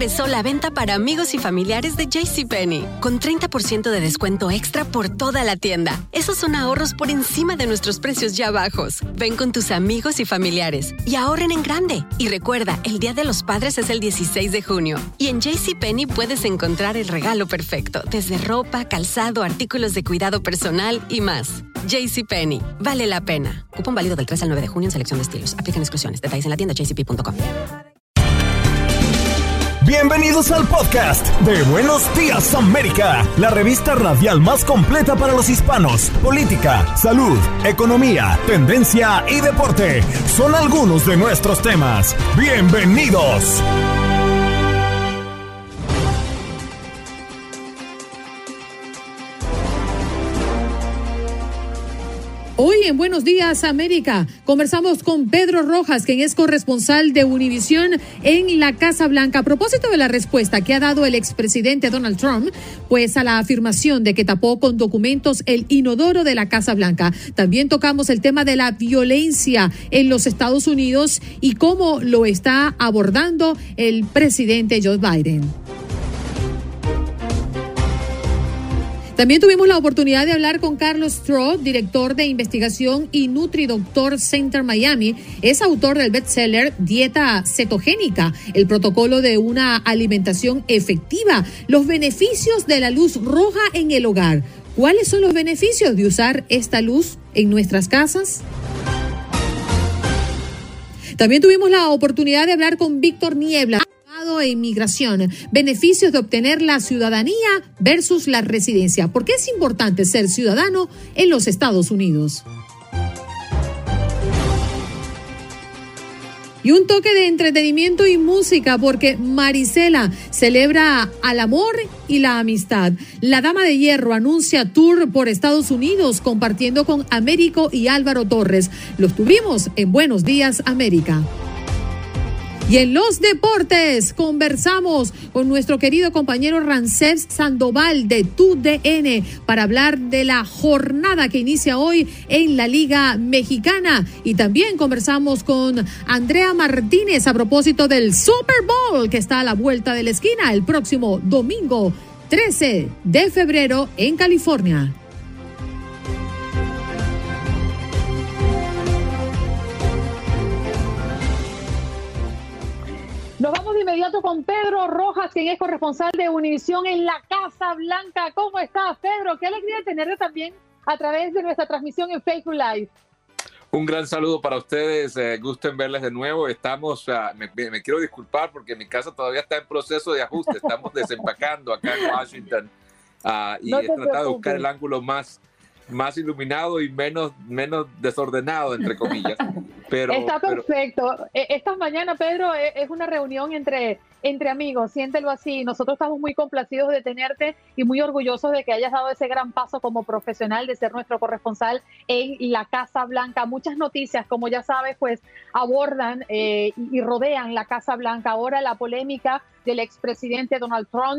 regresó la venta para amigos y familiares de JCPenney, con 30% de descuento extra por toda la tienda. Esos son ahorros por encima de nuestros precios ya bajos. Ven con tus amigos y familiares y ahorren en grande. Y recuerda, el Día de los Padres es el 16 de junio. Y en JCPenney puedes encontrar el regalo perfecto, desde ropa, calzado, artículos de cuidado personal y más. JCPenney, vale la pena. Cupón válido del 3 al 9 de junio en selección de estilos. Aplican exclusiones. Detalles en la tienda jcp.com. Bienvenidos al podcast de Buenos Días América, la revista radial más completa para los hispanos. Política, salud, economía, tendencia y deporte son algunos de nuestros temas. ¡Bienvenidos! Hoy en Buenos Días América conversamos con Pedro Rojas, quien es corresponsal de Univisión en la Casa Blanca, a propósito de la respuesta que ha dado el expresidente Donald Trump, pues a la afirmación de que tapó con documentos el inodoro de la Casa Blanca. También tocamos el tema de la violencia en los Estados Unidos y cómo lo está abordando el presidente Joe Biden. También tuvimos la oportunidad de hablar con Carlos Stroh, director de investigación y NutriDoctor Center Miami. Es autor del bestseller Dieta Cetogénica, el protocolo de una alimentación efectiva, los beneficios de la luz roja en el hogar. ¿Cuáles son los beneficios de usar esta luz en nuestras casas? También tuvimos la oportunidad de hablar con Víctor Niebla e inmigración, beneficios de obtener la ciudadanía versus la residencia. ¿Por qué es importante ser ciudadano en los Estados Unidos? Y un toque de entretenimiento y música, porque Marisela celebra al amor y la amistad. La Dama de Hierro anuncia tour por Estados Unidos compartiendo con Américo y Álvaro Torres. Los tuvimos en Buenos Días América. Y en los deportes conversamos con nuestro querido compañero Ramsés Sandoval de TUDN para hablar de la jornada que inicia hoy en la Liga Mexicana. Y también conversamos con Andrea Martínez a propósito del Super Bowl que está a la vuelta de la esquina el próximo domingo 13 de febrero en California. Nos vamos de inmediato con Pedro Rojas, quien es corresponsal de Univisión en la Casa Blanca. ¿Cómo estás, Pedro? Qué alegría tenerle también a través de nuestra transmisión en Facebook Live. Un gran saludo para ustedes, gusto en verles de nuevo. Me quiero disculpar porque mi casa todavía está en proceso de ajuste. Estamos desempacando acá en Washington y he tratado de buscar el ángulo más iluminado y menos desordenado, entre comillas. Está perfecto. Esta mañana, Pedro, es una reunión entre amigos, siéntelo así. Nosotros estamos muy complacidos de tenerte y muy orgullosos de que hayas dado ese gran paso como profesional de ser nuestro corresponsal en la Casa Blanca. Muchas noticias, como ya sabes, pues abordan y rodean la Casa Blanca. Ahora la polémica del expresidente Donald Trump,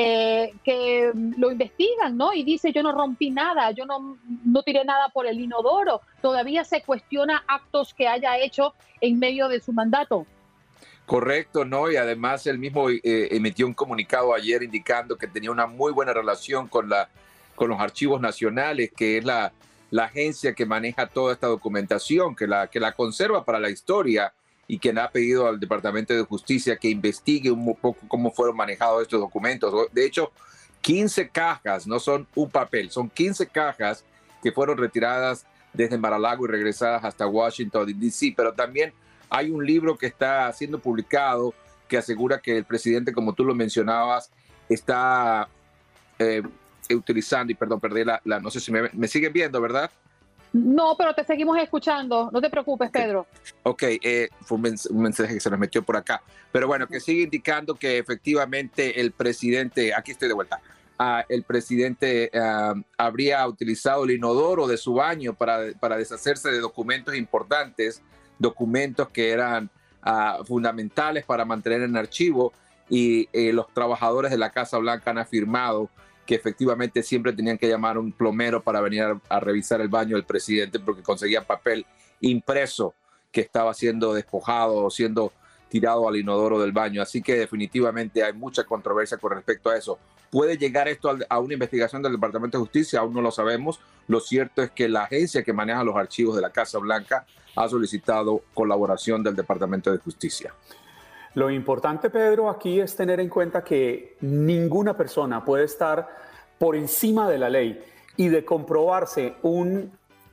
que lo investigan, ¿no? Y dice, yo no rompí nada, yo no tiré nada por el inodoro. Todavía se cuestiona actos que haya hecho en medio de su mandato. Correcto, ¿no? Y además él mismo emitió un comunicado ayer indicando que tenía una muy buena relación con los archivos nacionales, que es la agencia que maneja toda esta documentación, que la conserva para la historia, y quien ha pedido al Departamento de Justicia que investigue un poco cómo fueron manejados estos documentos. De hecho, 15 cajas, no son un papel, son 15 cajas que fueron retiradas desde Mar-a-Lago y regresadas hasta Washington, D.C., pero también hay un libro que está siendo publicado que asegura que el presidente, como tú lo mencionabas, está utilizando, y perdón, perdí no sé si me siguen viendo, ¿verdad? No, pero te seguimos escuchando. No te preocupes, Pedro. Ok, fue un mensaje que se nos metió por acá. Pero bueno, que sigue indicando que efectivamente el presidente, aquí estoy de vuelta, el presidente habría utilizado el inodoro de su baño para deshacerse de documentos importantes, documentos que eran fundamentales para mantener en archivo, y los trabajadores de la Casa Blanca han afirmado que efectivamente siempre tenían que llamar a un plomero para venir a revisar el baño del presidente porque conseguía papel impreso que estaba siendo despojado o siendo tirado al inodoro del baño. Así que definitivamente hay mucha controversia con respecto a eso. ¿Puede llegar esto a una investigación del Departamento de Justicia? Aún no lo sabemos. Lo cierto es que la agencia que maneja los archivos de la Casa Blanca ha solicitado colaboración del Departamento de Justicia. Lo importante, Pedro, aquí es tener en cuenta que ninguna persona puede estar por encima de la ley, y de comprobarse un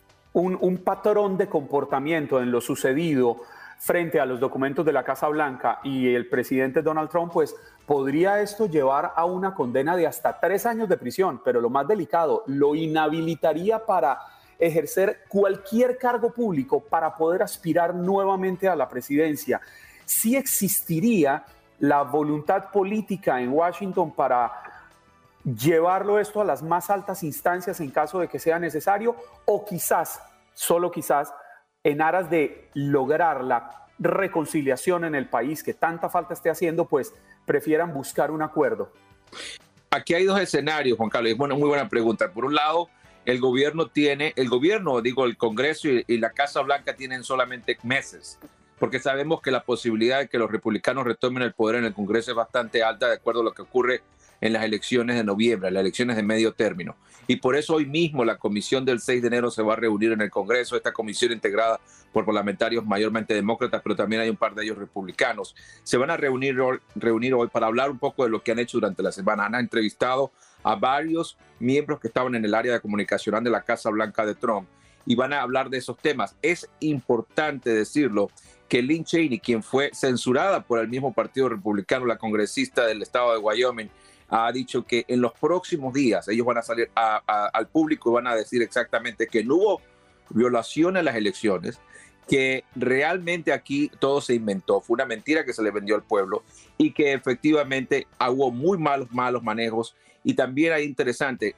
patrón de comportamiento en lo sucedido frente a los documentos de la Casa Blanca y el presidente Donald Trump, pues podría esto llevar a una condena de hasta 3 años de prisión, pero lo más delicado, lo inhabilitaría para ejercer cualquier cargo público, para poder aspirar nuevamente a la presidencia. Sí existiría la voluntad política en Washington para llevarlo esto a las más altas instancias en caso de que sea necesario, o quizás, solo quizás, en aras de lograr la reconciliación en el país que tanta falta esté haciendo, pues prefieran buscar un acuerdo. Aquí hay 2 escenarios, Juan Carlos. Bueno, muy buena pregunta. Por un lado, el Congreso y la Casa Blanca tienen solamente meses, porque sabemos que la posibilidad de que los republicanos retomen el poder en el Congreso es bastante alta, de acuerdo a lo que ocurre en las elecciones de noviembre, las elecciones de medio término. Y por eso hoy mismo la comisión del 6 de enero se va a reunir en el Congreso, esta comisión integrada por parlamentarios mayormente demócratas, pero también hay un par de ellos republicanos. Se van a reunir hoy para hablar un poco de lo que han hecho durante la semana. Han entrevistado a varios miembros que estaban en el área de comunicación de la Casa Blanca de Trump y van a hablar de esos temas. Es importante decirlo que Lynn Cheney, quien fue censurada por el mismo Partido Republicano, la congresista del estado de Wyoming, ha dicho que en los próximos días ellos van a salir al público y van a decir exactamente que no hubo violación en las elecciones, que realmente aquí todo se inventó, fue una mentira que se le vendió al pueblo y que efectivamente hubo muy malos manejos. Y también hay interesante,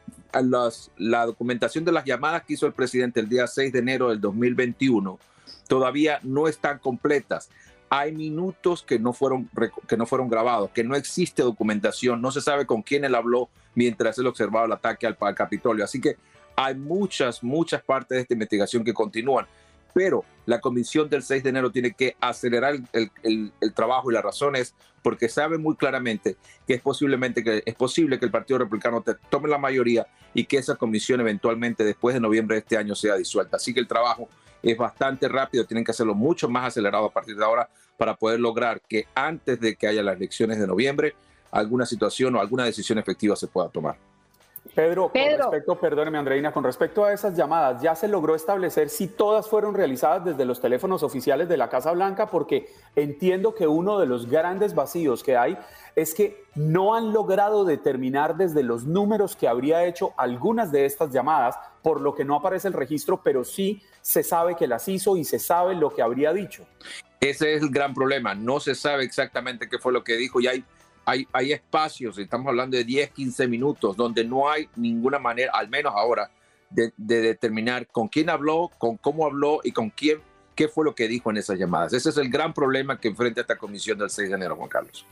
la documentación de las llamadas que hizo el presidente el día 6 de enero del 2021 todavía no están completas. Hay minutos que no fueron grabados, que no existe documentación, no se sabe con quién él habló mientras él observaba el ataque al Capitolio. Así que hay muchas partes de esta investigación que continúan, pero la comisión del 6 de enero tiene que acelerar el trabajo, y la razón es porque sabe muy claramente que es posible que el Partido Republicano tome la mayoría y que esa comisión eventualmente después de noviembre de este año sea disuelta. Así que el trabajo es bastante rápido, tienen que hacerlo mucho más acelerado a partir de ahora para poder lograr que antes de que haya las elecciones de noviembre alguna situación o alguna decisión efectiva se pueda tomar. Pedro, perdóneme Andreina, con respecto a esas llamadas, ¿ya se logró establecer si todas fueron realizadas desde los teléfonos oficiales de la Casa Blanca? Porque entiendo que uno de los grandes vacíos que hay es que no han logrado determinar desde los números que habría hecho algunas de estas llamadas, por lo que no aparece el registro, pero sí se sabe que las hizo y se sabe lo que habría dicho. Ese es el gran problema, no se sabe exactamente qué fue lo que dijo y hay espacios, estamos hablando de 10, 15 minutos, donde no hay ninguna manera, al menos ahora, de determinar con quién habló, con cómo habló y con quién, qué fue lo que dijo en esas llamadas. Ese es el gran problema que enfrenta esta comisión del 6 de enero, Juan Carlos.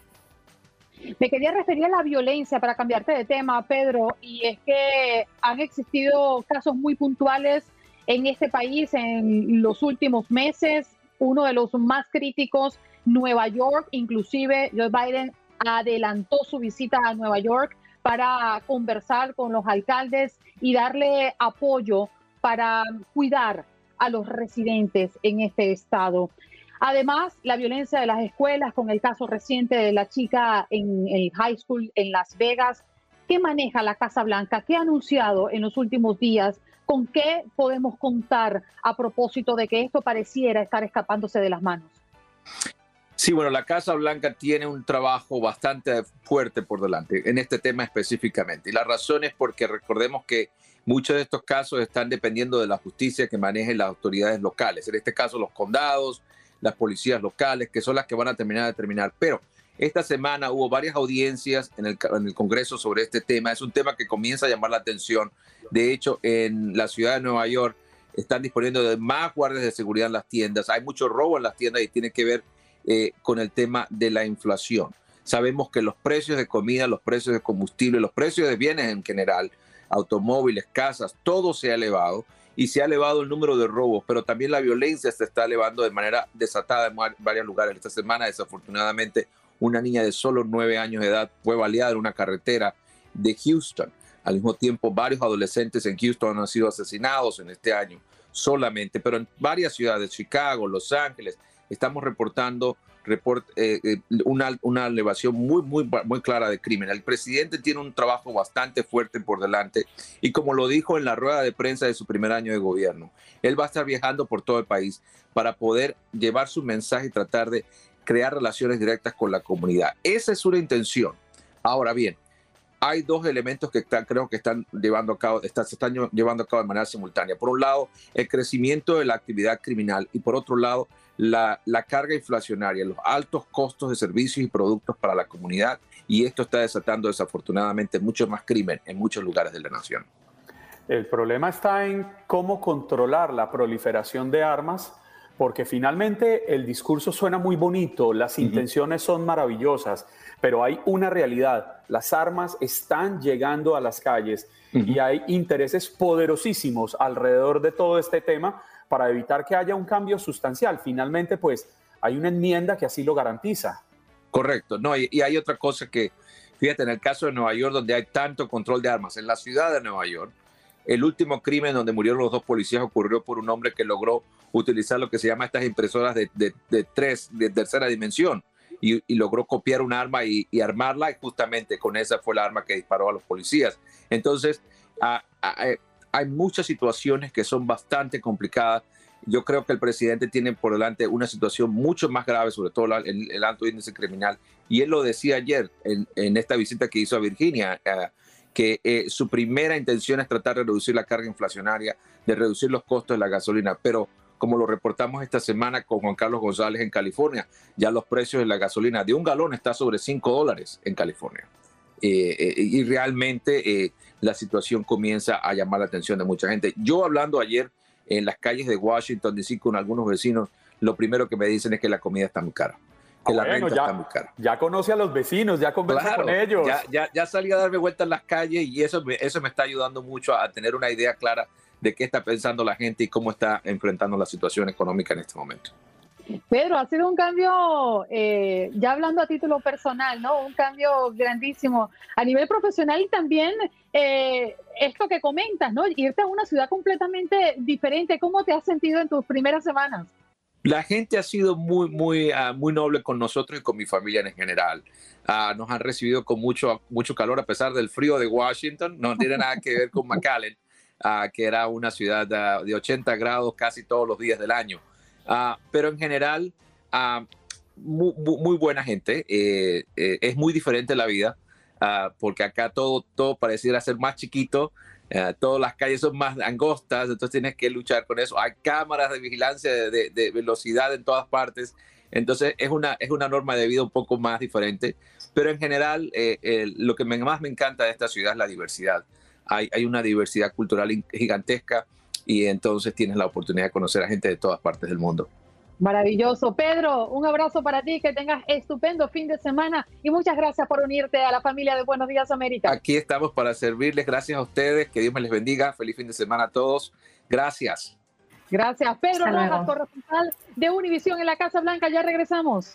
Me quería referir a la violencia, para cambiarte de tema, Pedro, y es que han existido casos muy puntuales en este país en los últimos meses. Uno de los más críticos, Nueva York, inclusive Joe Biden adelantó su visita a Nueva York para conversar con los alcaldes y darle apoyo para cuidar a los residentes en este estado. Además, la violencia de las escuelas, con el caso reciente de la chica en el high school en Las Vegas. ¿Qué maneja la Casa Blanca? ¿Qué ha anunciado en los últimos días? ¿Con qué podemos contar a propósito de que esto pareciera estar escapándose de las manos? Sí, bueno, la Casa Blanca tiene un trabajo bastante fuerte por delante en este tema específicamente. Y la razón es porque recordemos que muchos de estos casos están dependiendo de la justicia que manejen las autoridades locales. En este caso, los condados, las policías locales, que son las que van a terminar de determinar. Pero esta semana hubo varias audiencias en el Congreso sobre este tema. Es un tema que comienza a llamar la atención. De hecho, en la ciudad de Nueva York están disponiendo de más guardias de seguridad en las tiendas. Hay mucho robo en las tiendas y tiene que ver con el tema de la inflación. Sabemos que los precios de comida, los precios de combustible, los precios de bienes en general, automóviles, casas, todo se ha elevado y se ha elevado el número de robos, pero también la violencia se está elevando de manera desatada en varios lugares. Esta semana, desafortunadamente, una niña de solo 9 años de edad fue baleada en una carretera de Houston. Al mismo tiempo, varios adolescentes en Houston han sido asesinados en este año solamente, pero en varias ciudades, Chicago, Los Ángeles, estamos reportando una elevación muy clara de crimen. El presidente tiene un trabajo bastante fuerte por delante y como lo dijo en la rueda de prensa de su primer año de gobierno, él va a estar viajando por todo el país para poder llevar su mensaje y tratar de crear relaciones directas con la comunidad. Esa es una intención. Ahora bien, hay dos elementos que creo que se están llevando a cabo de manera simultánea. Por un lado, el crecimiento de la actividad criminal y por otro lado, la carga inflacionaria, los altos costos de servicios y productos para la comunidad, y esto está desatando desafortunadamente mucho más crimen en muchos lugares de la nación. El problema está en cómo controlar la proliferación de armas, porque finalmente el discurso suena muy bonito, las intenciones son maravillosas, pero hay una realidad, las armas están llegando a las calles y hay intereses poderosísimos alrededor de todo este tema para evitar que haya un cambio sustancial. Finalmente, pues, hay una enmienda que así lo garantiza. Correcto. No, y hay otra cosa que, fíjate, en el caso de Nueva York, donde hay tanto control de armas, en la ciudad de Nueva York, el último crimen donde murieron los 2 policías ocurrió por un hombre que logró utilizar lo que se llama estas impresoras de tercera dimensión y logró copiar un arma y armarla, y justamente con esa fue la arma que disparó a los policías. Entonces, hay muchas situaciones que son bastante complicadas. Yo creo que el presidente tiene por delante una situación mucho más grave, sobre todo el alto índice criminal. Y él lo decía ayer en esta visita que hizo a Virginia, que su primera intención es tratar de reducir la carga inflacionaria, de reducir los costos de la gasolina. Pero como lo reportamos esta semana con Juan Carlos González en California, ya los precios de la gasolina de un galón está sobre $5 en California. Y realmente la situación comienza a llamar la atención de mucha gente. Yo hablando ayer en las calles de Washington DC con algunos vecinos, lo primero que me dicen es que la comida está muy cara, que la renta está muy cara. Ya conoce a los vecinos, ya conversa con ellos. Ya salí a darme vueltas en las calles y eso me está ayudando mucho a tener una idea clara de qué está pensando la gente y cómo está enfrentando la situación económica en este momento. Pedro, ha sido un cambio, ya hablando a título personal, ¿no? Un cambio grandísimo a nivel profesional y también esto que comentas, ¿no? Irte a una ciudad completamente diferente. ¿Cómo te has sentido en tus primeras semanas? La gente ha sido muy noble con nosotros y con mi familia en general. Nos han recibido con mucho calor a pesar del frío de Washington. No tiene nada que ver con McAllen, que era una ciudad de 80 grados casi todos los días del año. Pero en general, muy buena gente. Es muy diferente la vida, porque acá todo pareciera ser más chiquito. Todas las calles son más angostas, entonces tienes que luchar con eso. Hay cámaras de vigilancia de velocidad en todas partes. Entonces es una norma de vida un poco más diferente. Pero en general, lo que más me encanta de esta ciudad es la diversidad. Hay una diversidad cultural gigantesca. Y entonces tienes la oportunidad de conocer a gente de todas partes del mundo. Maravilloso. Pedro, un abrazo para ti, que tengas estupendo fin de semana y muchas gracias por unirte a la familia de Buenos Días América. Aquí estamos para servirles. Gracias a ustedes. Que Dios me les bendiga. Feliz fin de semana a todos. Gracias. Gracias. Pedro Rojas, corresponsal de Univisión en la Casa Blanca. Ya regresamos.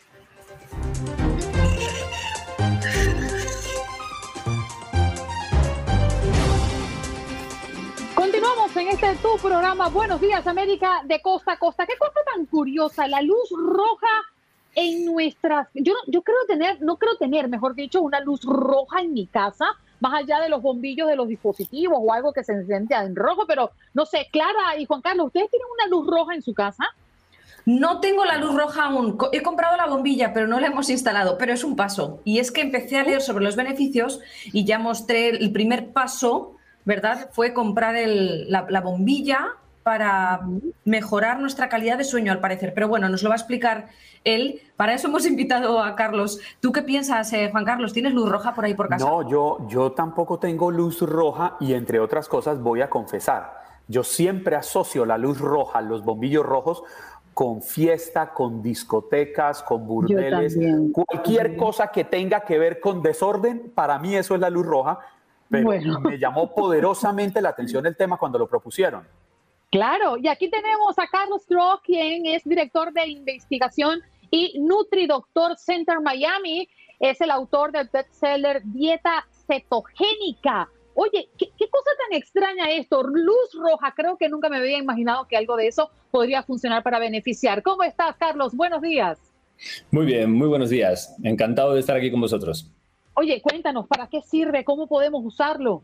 Continuamos en tu programa Buenos Días América de costa a costa. Qué cosa tan curiosa, la luz roja en nuestras... Yo no creo tener, mejor dicho, una luz roja en mi casa, más allá de los bombillos de los dispositivos o algo que se enciende en rojo, pero no sé, Clara y Juan Carlos, ¿ustedes tienen una luz roja en su casa? No tengo la luz roja aún. He comprado la bombilla, pero no la hemos instalado, pero es un paso. Y es que empecé a leer sobre los beneficios y ya mostré el primer paso, ¿verdad? Fue comprar la bombilla para mejorar nuestra calidad de sueño, al parecer. Pero bueno, nos lo va a explicar él. Para eso hemos invitado a Carlos. ¿Tú qué piensas, Juan Carlos? ¿Tienes luz roja por ahí por casa? No, yo tampoco tengo luz roja y, entre otras cosas, voy a confesar, yo siempre asocio la luz roja, los bombillos rojos, con fiesta, con discotecas, con burdeles, cualquier cosa que tenga que ver con desorden, para mí eso es la luz roja. Pero me llamó poderosamente la atención el tema cuando lo propusieron. Claro, y aquí tenemos a Carlos Stroh, quien es director de investigación y NutriDoctor Center Miami. Es el autor del bestseller Dieta Cetogénica. Oye, ¿qué cosa tan extraña esto? Luz roja, creo que nunca me había imaginado que algo de eso podría funcionar para beneficiar. ¿Cómo estás, Carlos? Buenos días. Muy bien, muy buenos días. Encantado de estar aquí con vosotros. Oye, cuéntanos, ¿para qué sirve? ¿Cómo podemos usarlo?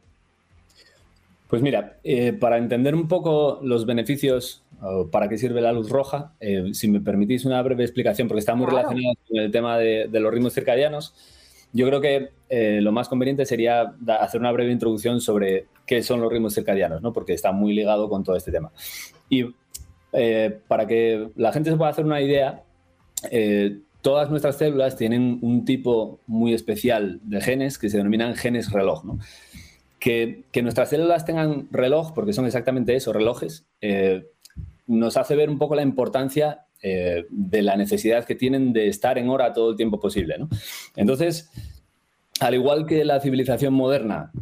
Pues mira, para entender un poco los beneficios, para qué sirve la luz roja, si me permitís una breve explicación, porque está muy relacionado con el tema de los ritmos circadianos, yo creo que lo más conveniente sería hacer una breve introducción sobre qué son los ritmos circadianos, ¿no? Porque está muy ligado con todo este tema. Y para que la gente se pueda hacer una idea, todas nuestras células tienen un tipo muy especial de genes que se denominan genes reloj, ¿no? Que nuestras células tengan reloj, porque son exactamente eso, relojes, nos hace ver un poco la importancia de la necesidad que tienen de estar en hora todo el tiempo posible, ¿no? Entonces, al igual que la civilización moderna,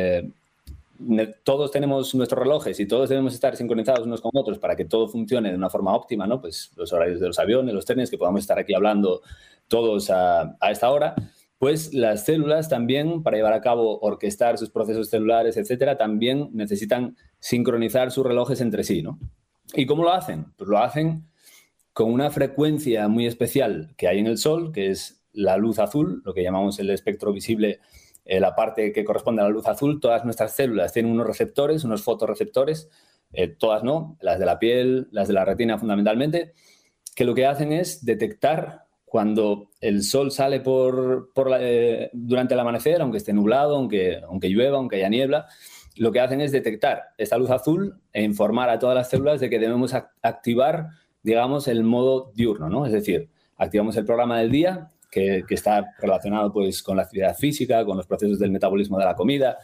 todos tenemos nuestros relojes y todos debemos estar sincronizados unos con otros para que todo funcione de una forma óptima, ¿no? Pues los horarios de los aviones, los trenes, que podamos estar aquí hablando todos a esta hora. Pues las células también, para llevar a cabo, orquestar sus procesos celulares, etcétera, también necesitan sincronizar sus relojes entre sí, ¿no? ¿Y cómo lo hacen? Pues lo hacen con una frecuencia muy especial que hay en el Sol, que es la luz azul, lo que llamamos el espectro visible, la parte que corresponde a la luz azul. Todas nuestras células tienen unos receptores, unos fotorreceptores, todas no, las de la piel, las de la retina fundamentalmente, que lo que hacen es detectar cuando el sol sale durante el amanecer, aunque esté nublado, aunque llueva, aunque haya niebla, lo que hacen es detectar esta luz azul e informar a todas las células de que debemos activar, digamos, el modo diurno, ¿no? Es decir, activamos el programa del día, que está relacionado pues, con la actividad física, con los procesos del metabolismo de la comida,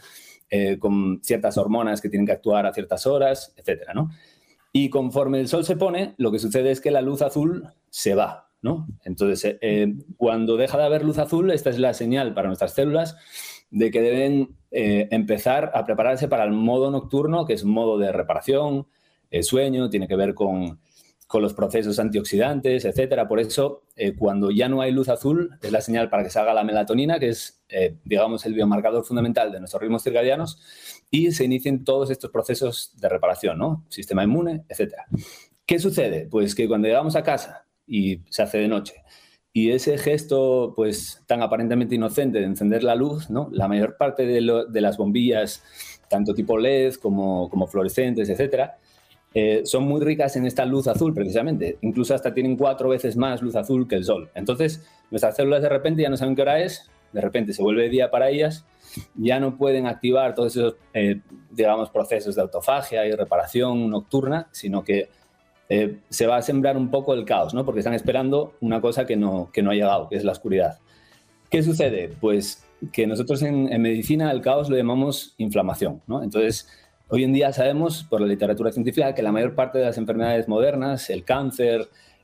con ciertas hormonas que tienen que actuar a ciertas horas, etcétera, ¿no? Y conforme el sol se pone, lo que sucede es que la luz azul se va, ¿no? Entonces, cuando deja de haber luz azul, esta es la señal para nuestras células de que deben empezar a prepararse para el modo nocturno, que es un modo de reparación, sueño, tiene que ver con los procesos antioxidantes, etcétera. Por eso, cuando ya no hay luz azul, es la señal para que salga la melatonina, que es, digamos, el biomarcador fundamental de nuestros ritmos circadianos, y se inicien todos estos procesos de reparación, ¿no? Sistema inmune, etcétera. ¿Qué sucede? Pues que cuando llegamos a casa y se hace de noche, y ese gesto pues tan aparentemente inocente de encender la luz, ¿no? La mayor parte de las bombillas, tanto tipo LED como fluorescentes, etcétera, son muy ricas en esta luz azul precisamente. Incluso hasta tienen 4 veces más luz azul que el sol. Entonces, nuestras células de repente ya no saben qué hora es, de repente se vuelve día para ellas, ya no pueden activar todos esos, digamos, procesos de autofagia y reparación nocturna, sino que se va a sembrar un poco el caos, ¿no? Porque están esperando una cosa que no ha llegado, que es la oscuridad. ¿Qué sucede? Pues que nosotros en medicina el caos lo llamamos inflamación, ¿no? Entonces, hoy en día sabemos por la literatura científica que la mayor parte de las enfermedades modernas, el cáncer,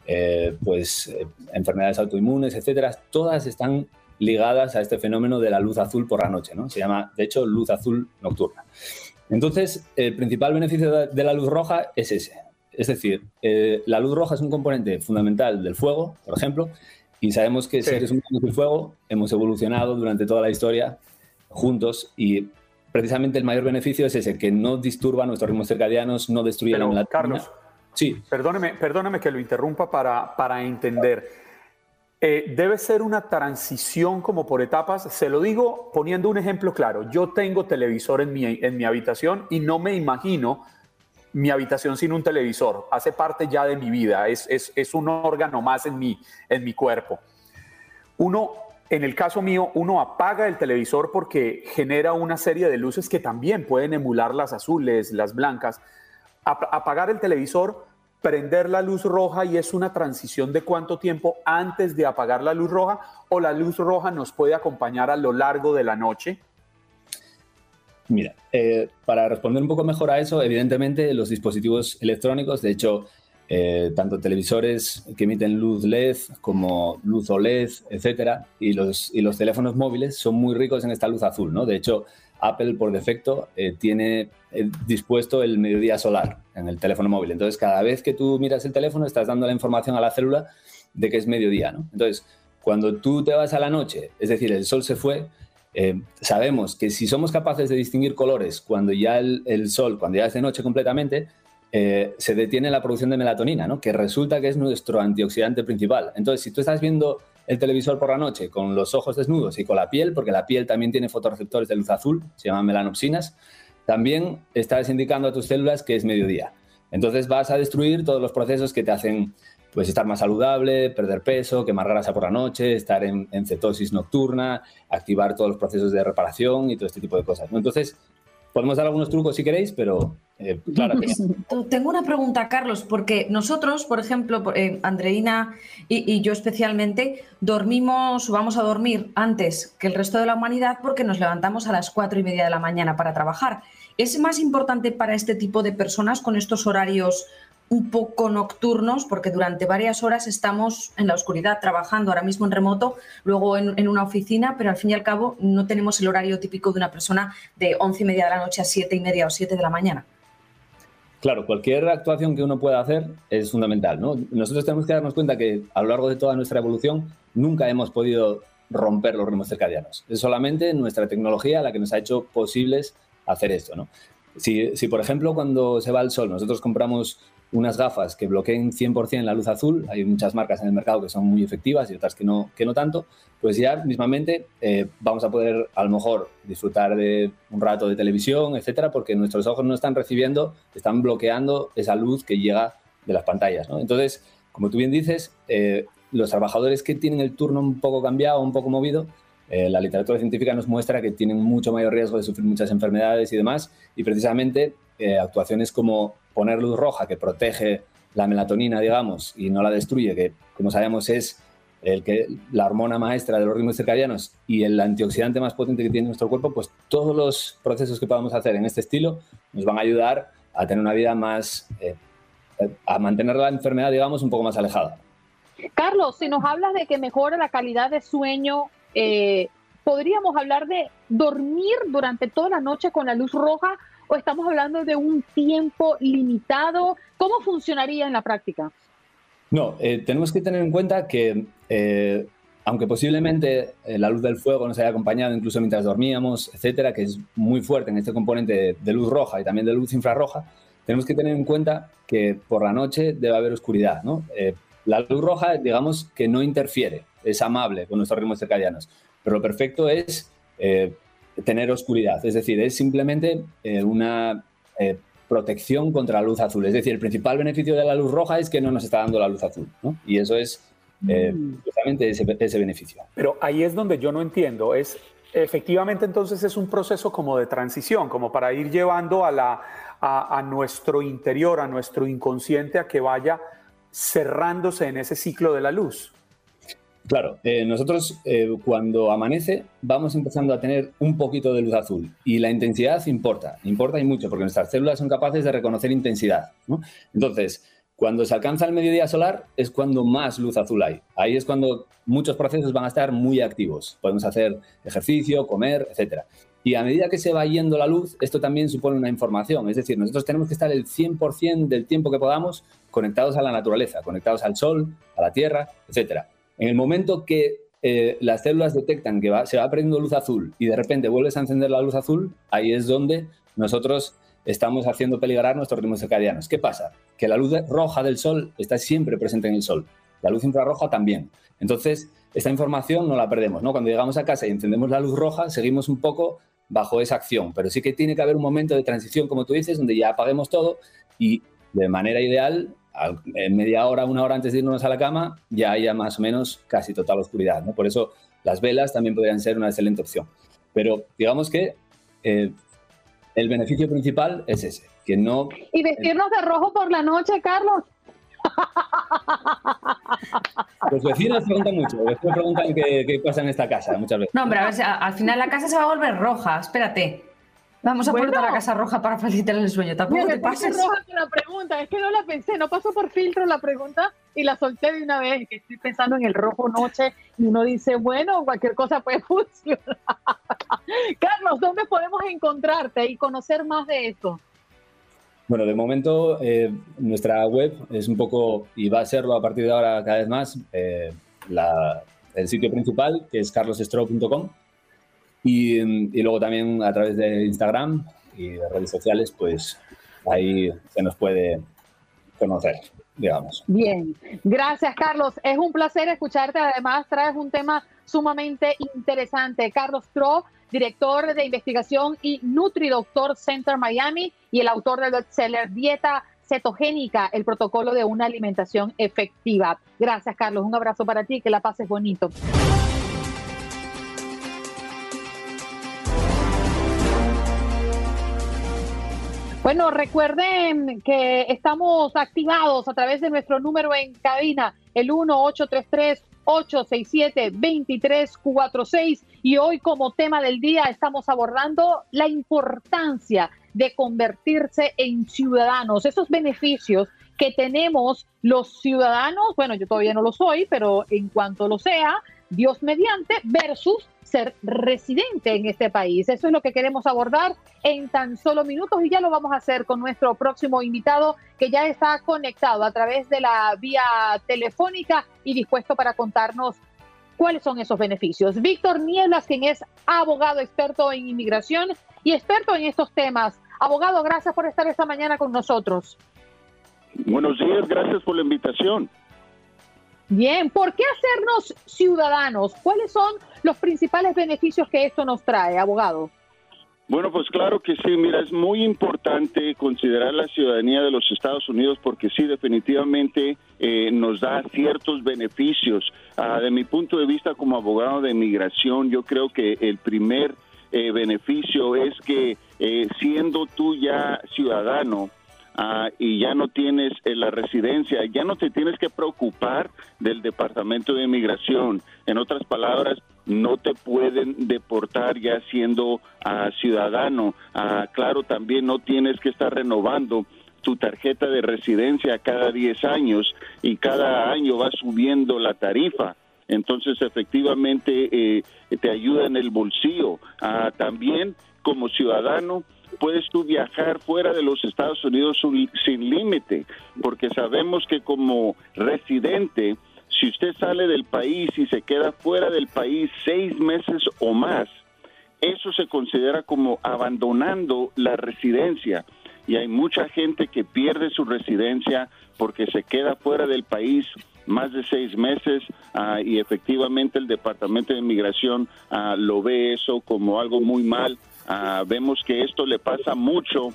enfermedades autoinmunes, etcétera, todas están ligadas a este fenómeno de la luz azul por la noche, ¿no? Se llama, de hecho, luz azul nocturna. Entonces, el principal beneficio de la luz roja es ese. Es decir, la luz roja es un componente fundamental del fuego, por ejemplo, y sabemos que seres humanos y fuego hemos evolucionado durante toda la historia juntos, y precisamente el mayor beneficio es ese, que no disturba nuestros ritmos circadianos, no destruye la melatonina. Carlos, sí. Perdóneme que lo interrumpa para entender. Debe ser una transición como por etapas. Se lo digo poniendo un ejemplo claro. Yo tengo televisor en mi habitación y no me imagino mi habitación sin un televisor. Hace parte ya de mi vida. Es un órgano más en mi cuerpo. En el caso mío, uno apaga el televisor porque genera una serie de luces que también pueden emular las azules, las blancas. Apagar el televisor, prender la luz roja, y es una transición de cuánto tiempo antes de apagar la luz roja, o la luz roja nos puede acompañar a lo largo de la noche. Mira, para responder un poco mejor a eso, evidentemente los dispositivos electrónicos, de hecho, tanto televisores que emiten luz LED como luz OLED, etcétera, y los teléfonos móviles son muy ricos en esta luz azul, ¿no? De hecho, Apple por defecto tiene dispuesto el mediodía solar en el teléfono móvil. Entonces, cada vez que tú miras el teléfono, estás dando la información a la célula de que es mediodía, ¿no? Entonces, cuando tú te vas a la noche, es decir, el sol se fue, sabemos que si somos capaces de distinguir colores cuando ya el sol, cuando ya es de noche completamente, se detiene la producción de melatonina, ¿no? Que resulta que es nuestro antioxidante principal. Entonces, si tú estás viendo el televisor por la noche con los ojos desnudos y con la piel, porque la piel también tiene fotorreceptores de luz azul, se llaman melanopsinas, también estás indicando a tus células que es mediodía. Entonces vas a destruir todos los procesos que te hacen pues, estar más saludable, perder peso, quemar grasa por la noche, estar en cetosis nocturna, activar todos los procesos de reparación y todo este tipo de cosas, ¿no? Entonces, podemos dar algunos trucos si queréis, pero claro. Tengo una pregunta, Carlos, porque nosotros, por ejemplo, Andreina y yo especialmente, vamos a dormir antes que el resto de la humanidad porque nos levantamos a las 4:30 de la mañana para trabajar. ¿Es más importante para este tipo de personas con estos horarios un poco nocturnos, porque durante varias horas estamos en la oscuridad trabajando, ahora mismo en remoto, luego en una oficina, pero al fin y al cabo no tenemos el horario típico de una persona de 11:30 de la noche a 7:30 o 7 de la mañana? Claro, cualquier actuación que uno pueda hacer es fundamental, ¿no? Nosotros tenemos que darnos cuenta que a lo largo de toda nuestra evolución nunca hemos podido romper los ritmos circadianos. Es solamente nuestra tecnología la que nos ha hecho posibles hacer esto, ¿no? Si por ejemplo, cuando se va el sol, nosotros compramos unas gafas que bloqueen 100% la luz azul, hay muchas marcas en el mercado que son muy efectivas y otras que no tanto, pues ya mismamente vamos a poder a lo mejor disfrutar de un rato de televisión, etcétera, porque nuestros ojos no están están bloqueando esa luz que llega de las pantallas, ¿no? Entonces, como tú bien dices, los trabajadores que tienen el turno un poco cambiado, un poco movido, la literatura científica nos muestra que tienen mucho mayor riesgo de sufrir muchas enfermedades y demás, y precisamente actuaciones como poner luz roja que protege la melatonina, digamos, y no la destruye, que como sabemos es la hormona maestra de los ritmos circadianos y el antioxidante más potente que tiene nuestro cuerpo, pues todos los procesos que podamos hacer en este estilo nos van a ayudar a tener una vida más, a mantener la enfermedad, digamos, un poco más alejada. Carlos, si nos hablas de que mejora la calidad de sueño, ¿podríamos hablar de dormir durante toda la noche con la luz roja o estamos hablando de un tiempo limitado? ¿Cómo funcionaría en la práctica? No, tenemos que tener en cuenta que aunque posiblemente la luz del fuego nos haya acompañado incluso mientras dormíamos, etcétera, que es muy fuerte en este componente de luz roja y también de luz infrarroja, tenemos que tener en cuenta que por la noche debe haber oscuridad, ¿no? La luz roja, digamos que no interfiere, es amable con nuestros ritmos circadianos, pero lo perfecto es tener oscuridad, es decir, es simplemente una protección contra la luz azul. Es decir, el principal beneficio de la luz roja es que no nos está dando la luz azul, ¿no? Y eso es justamente ese beneficio. Pero ahí es donde yo no entiendo, efectivamente entonces es un proceso como de transición, como para ir llevando a nuestro interior, a nuestro inconsciente, a que vaya cerrándose en ese ciclo de la luz. Claro, nosotros cuando amanece vamos empezando a tener un poquito de luz azul y la intensidad importa y mucho porque nuestras células son capaces de reconocer intensidad, ¿no? Entonces, cuando se alcanza el mediodía solar es cuando más luz azul hay. Ahí es cuando muchos procesos van a estar muy activos. Podemos hacer ejercicio, comer, etcétera. Y a medida que se va yendo la luz, esto también supone una información. Es decir, nosotros tenemos que estar el 100% del tiempo que podamos conectados a la naturaleza, conectados al sol, a la tierra, etcétera. En el momento que las células detectan que se va perdiendo luz azul y de repente vuelves a encender la luz azul, ahí es donde nosotros estamos haciendo peligrar nuestros ritmos circadianos. ¿Qué pasa? Que la luz roja del sol está siempre presente en el sol. La luz infrarroja también. Entonces, esta información no la perdemos, ¿no? Cuando llegamos a casa y encendemos la luz roja, seguimos un poco bajo esa acción. Pero sí que tiene que haber un momento de transición, como tú dices, donde ya apaguemos todo y de manera ideal, en media hora, una hora antes de irnos a la cama, ya haya más o menos casi total oscuridad, ¿no? Por eso las velas también podrían ser una excelente opción. Pero digamos que el beneficio principal es ese, que no... ¿Y vestirnos de rojo por la noche, Carlos? Los vecinos preguntan mucho, los vecinos preguntan qué pasa en esta casa muchas veces. No, hombre, a ver, al final la casa se va a volver roja, espérate. Vamos a poner a la Casa Roja para facilitar el sueño. Tampoco te pases. Roja con la pregunta. Es que no la pensé, no pasó por filtro la pregunta y la solté de una vez. Que estoy pensando en el rojo noche y uno dice, bueno, cualquier cosa puede funcionar. Carlos, ¿dónde podemos encontrarte y conocer más de esto? Bueno, de momento nuestra web es un poco, y va a serlo a partir de ahora cada vez más, el sitio principal, que es carlosestro.com. Y luego también a través de Instagram y de redes sociales, pues ahí se nos puede conocer, digamos. Bien, gracias Carlos. Es un placer escucharte. Además, traes un tema sumamente interesante. Carlos Stroh, director de investigación y NutriDoctor Center Miami y el autor del bestseller Dieta Cetogénica, el protocolo de una alimentación efectiva. Gracias Carlos, un abrazo para ti, que la pases bonito. Bueno, recuerden que estamos activados a través de nuestro número en cabina, el 1-833-867-2346. Y hoy como tema del día estamos abordando la importancia de convertirse en ciudadanos, esos beneficios que tenemos los ciudadanos. Bueno, yo todavía no lo soy, pero en cuanto lo sea, Dios mediante, versus ser residente en este país. Eso es lo que queremos abordar en tan solo minutos y ya lo vamos a hacer con nuestro próximo invitado que ya está conectado a través de la vía telefónica y dispuesto para contarnos cuáles son esos beneficios. Víctor Nieblas, quien es abogado experto en inmigración y experto en estos temas. Abogado, gracias por estar esta mañana con nosotros. Buenos días, gracias por la invitación. Bien, ¿por qué hacernos ciudadanos? ¿Cuáles son los principales beneficios que esto nos trae, abogado? Bueno, pues claro que sí. Mira, es muy importante considerar la ciudadanía de los Estados Unidos porque sí, definitivamente nos da ciertos beneficios. De mi punto de vista como abogado de inmigración, yo creo que el primer beneficio es que siendo tú ya ciudadano, y ya no tienes la residencia, ya no te tienes que preocupar del Departamento de Inmigración. En otras palabras, no te pueden deportar ya siendo ciudadano. Claro, también no tienes que estar renovando tu tarjeta de residencia cada 10 años y cada año va subiendo la tarifa. Entonces, efectivamente, te ayuda en el bolsillo. También, como ciudadano, puedes tú viajar fuera de los Estados Unidos sin límite, porque sabemos que como residente, si usted sale del país y se queda fuera del país 6 meses o más, eso se considera como abandonando la residencia. Y hay mucha gente que pierde su residencia porque se queda fuera del país más de 6 meses y efectivamente el Departamento de Inmigración lo ve eso como algo muy mal. Vemos que esto le pasa mucho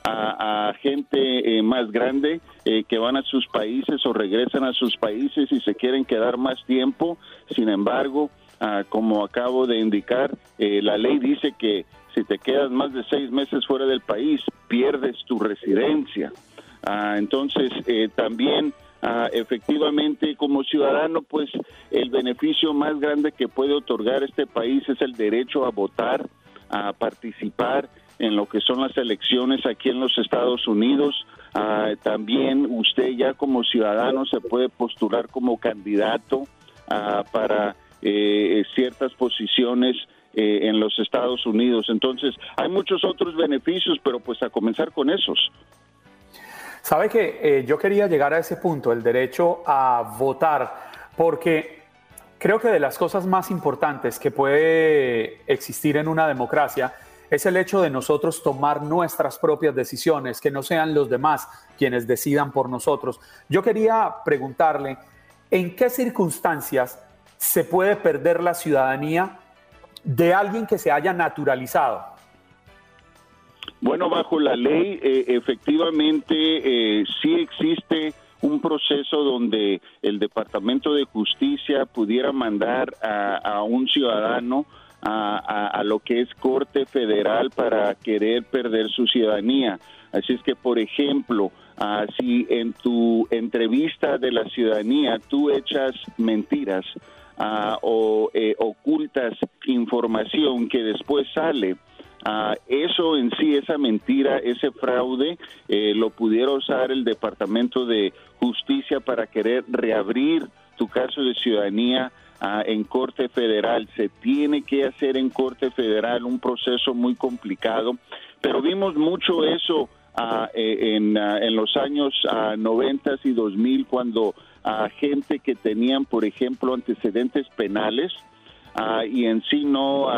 a gente más grande que van a sus países o regresan a sus países y se quieren quedar más tiempo. Sin embargo, como acabo de indicar, la ley dice que si te quedas más de 6 meses fuera del país, pierdes tu residencia. Entonces, también efectivamente como ciudadano, pues el beneficio más grande que puede otorgar este país es el derecho a votar, a participar en lo que son las elecciones aquí en los Estados Unidos. También usted ya como ciudadano se puede postular como candidato para ciertas posiciones en los Estados Unidos. Entonces, hay muchos otros beneficios, pero pues a comenzar con esos. Sabe que yo quería llegar a ese punto, el derecho a votar, porque creo que de las cosas más importantes que puede existir en una democracia es el hecho de nosotros tomar nuestras propias decisiones, que no sean los demás quienes decidan por nosotros. Yo quería preguntarle, ¿en qué circunstancias se puede perder la ciudadanía de alguien que se haya naturalizado? Bueno, bajo la ley, efectivamente, sí existe un proceso donde el Departamento de Justicia pudiera mandar a un ciudadano a lo que es Corte Federal para querer perder su ciudadanía. Así es que, por ejemplo, si en tu entrevista de la ciudadanía tú echas mentiras o ocultas información que después sale Eso en sí, esa mentira, ese fraude, lo pudiera usar el Departamento de Justicia para querer reabrir tu caso de ciudadanía en Corte Federal. Se tiene que hacer en Corte Federal, un proceso muy complicado, pero vimos mucho eso en los años 90 y 2000, cuando gente que tenían, por ejemplo, antecedentes penales, y en sí no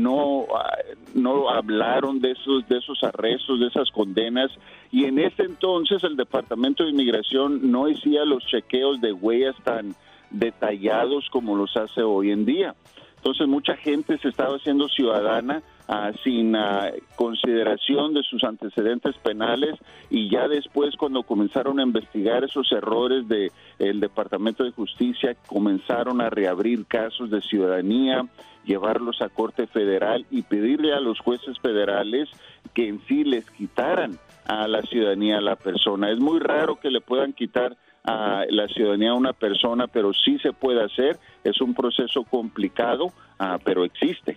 hablaron de esos arrestos, de esas condenas, y en ese entonces el Departamento de Inmigración no hacía los chequeos de huellas tan detallados como los hace hoy en día. Entonces mucha gente se estaba haciendo ciudadana sin consideración de sus antecedentes penales, y ya después, cuando comenzaron a investigar esos errores del Departamento de Justicia, comenzaron a reabrir casos de ciudadanía, llevarlos a Corte Federal y pedirle a los jueces federales que en sí les quitaran a la ciudadanía a la persona. Es muy raro que le puedan quitar la ciudadanía a una persona, pero sí se puede hacer. Es un proceso complicado, pero existe.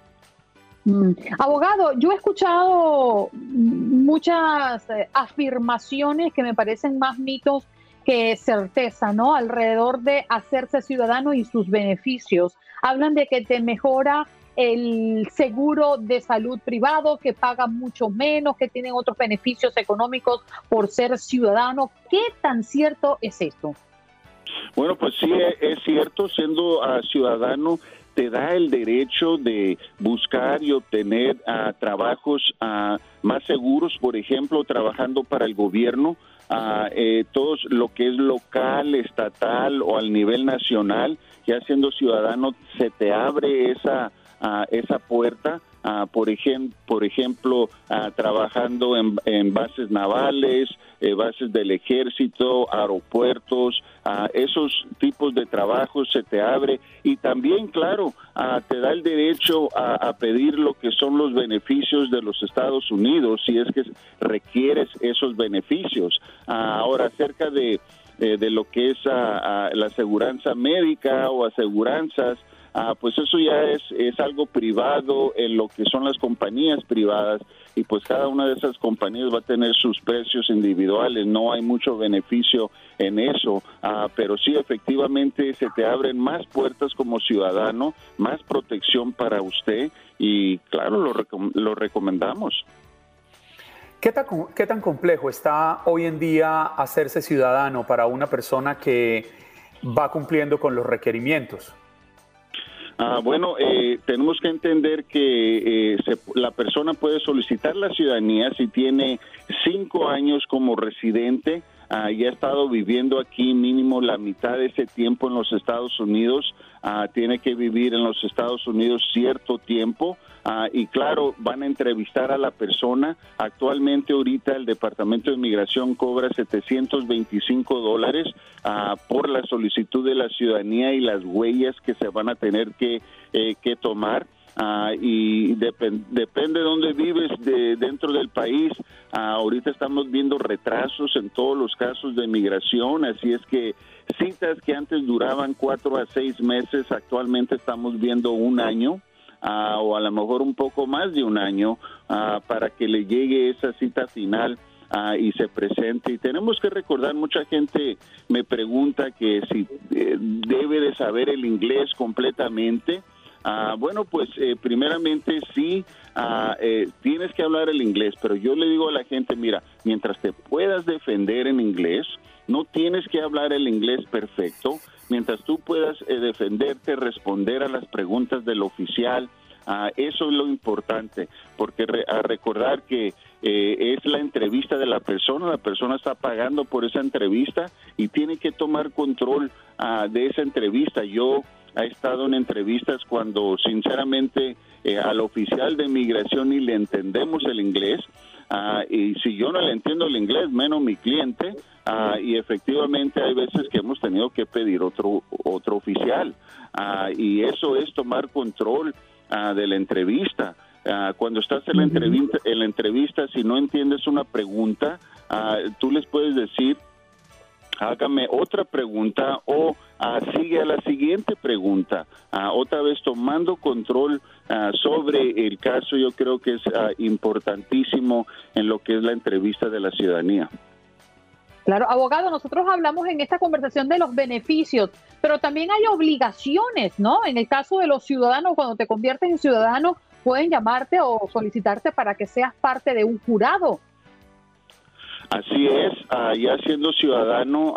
Abogado, yo he escuchado muchas afirmaciones que me parecen más mitos que certeza, ¿no? Alrededor de hacerse ciudadano y sus beneficios. Hablan de que te mejora el seguro de salud privado, que paga mucho menos, que tienen otros beneficios económicos por ser ciudadano. ¿Qué tan cierto es esto? Bueno, pues sí, es cierto. Siendo ciudadano, te da el derecho de buscar y obtener trabajos más seguros, por ejemplo, trabajando para el gobierno, todos lo que es local, estatal o al nivel nacional. Ya siendo ciudadano se te abre esa puerta, por ejemplo, trabajando en bases navales, bases del ejército, aeropuertos, esos tipos de trabajos se te abre, y también, claro, te da el derecho a pedir lo que son los beneficios de los Estados Unidos, si es que requieres esos beneficios. Ahora, acerca de lo que es la aseguranza médica o aseguranzas, pues eso ya es algo privado en lo que son las compañías privadas, y pues cada una de esas compañías va a tener sus precios individuales. No hay mucho beneficio en eso, pero sí, efectivamente se te abren más puertas como ciudadano, más protección para usted, y claro, lo recomendamos. ¿Qué tan complejo está hoy en día hacerse ciudadano para una persona que va cumpliendo con los requerimientos? Bueno, tenemos que entender que la persona puede solicitar la ciudadanía si tiene 5 años como residente, y ha estado viviendo aquí mínimo la mitad de ese tiempo en los Estados Unidos. Tiene que vivir en los Estados Unidos cierto tiempo, y claro, van a entrevistar a la persona. Actualmente, ahorita el Departamento de Inmigración cobra $725 por la solicitud de la ciudadanía y las huellas que se van a tener que tomar. Y depende de dónde vives dentro del país. Ahorita estamos viendo retrasos en todos los casos de migración, así es que citas que antes duraban 4 a 6 meses, actualmente estamos viendo 1 año, o a lo mejor un poco más de 1 año, para que le llegue esa cita final y se presente. Y tenemos que recordar, mucha gente me pregunta que si debe de saber el inglés completamente. Bueno, pues primeramente sí, tienes que hablar el inglés, pero yo le digo a la gente, mira, mientras te puedas defender en inglés, no tienes que hablar el inglés perfecto. Mientras tú puedas defenderte, responder a las preguntas del oficial, eso es lo importante, porque a recordar que es la entrevista de la persona está pagando por esa entrevista y tiene que tomar control de esa entrevista. Yo he estado en entrevistas cuando sinceramente al oficial de migración ni le entendemos el inglés, y si yo no le entiendo el inglés, menos mi cliente, y efectivamente hay veces que hemos tenido que pedir otro oficial, y eso es tomar control de la entrevista. Cuando estás en la entrevista, si no entiendes una pregunta, tú les puedes decir hágame otra pregunta o sigue a la siguiente pregunta. Otra vez tomando control sobre el caso, yo creo que es importantísimo en lo que es la entrevista de la ciudadanía. Claro, abogado, nosotros hablamos en esta conversación de los beneficios, pero también hay obligaciones, ¿no? En el caso de los ciudadanos, cuando te conviertes en ciudadano, pueden llamarte o solicitarte para que seas parte de un jurado. Así es, ya siendo ciudadano,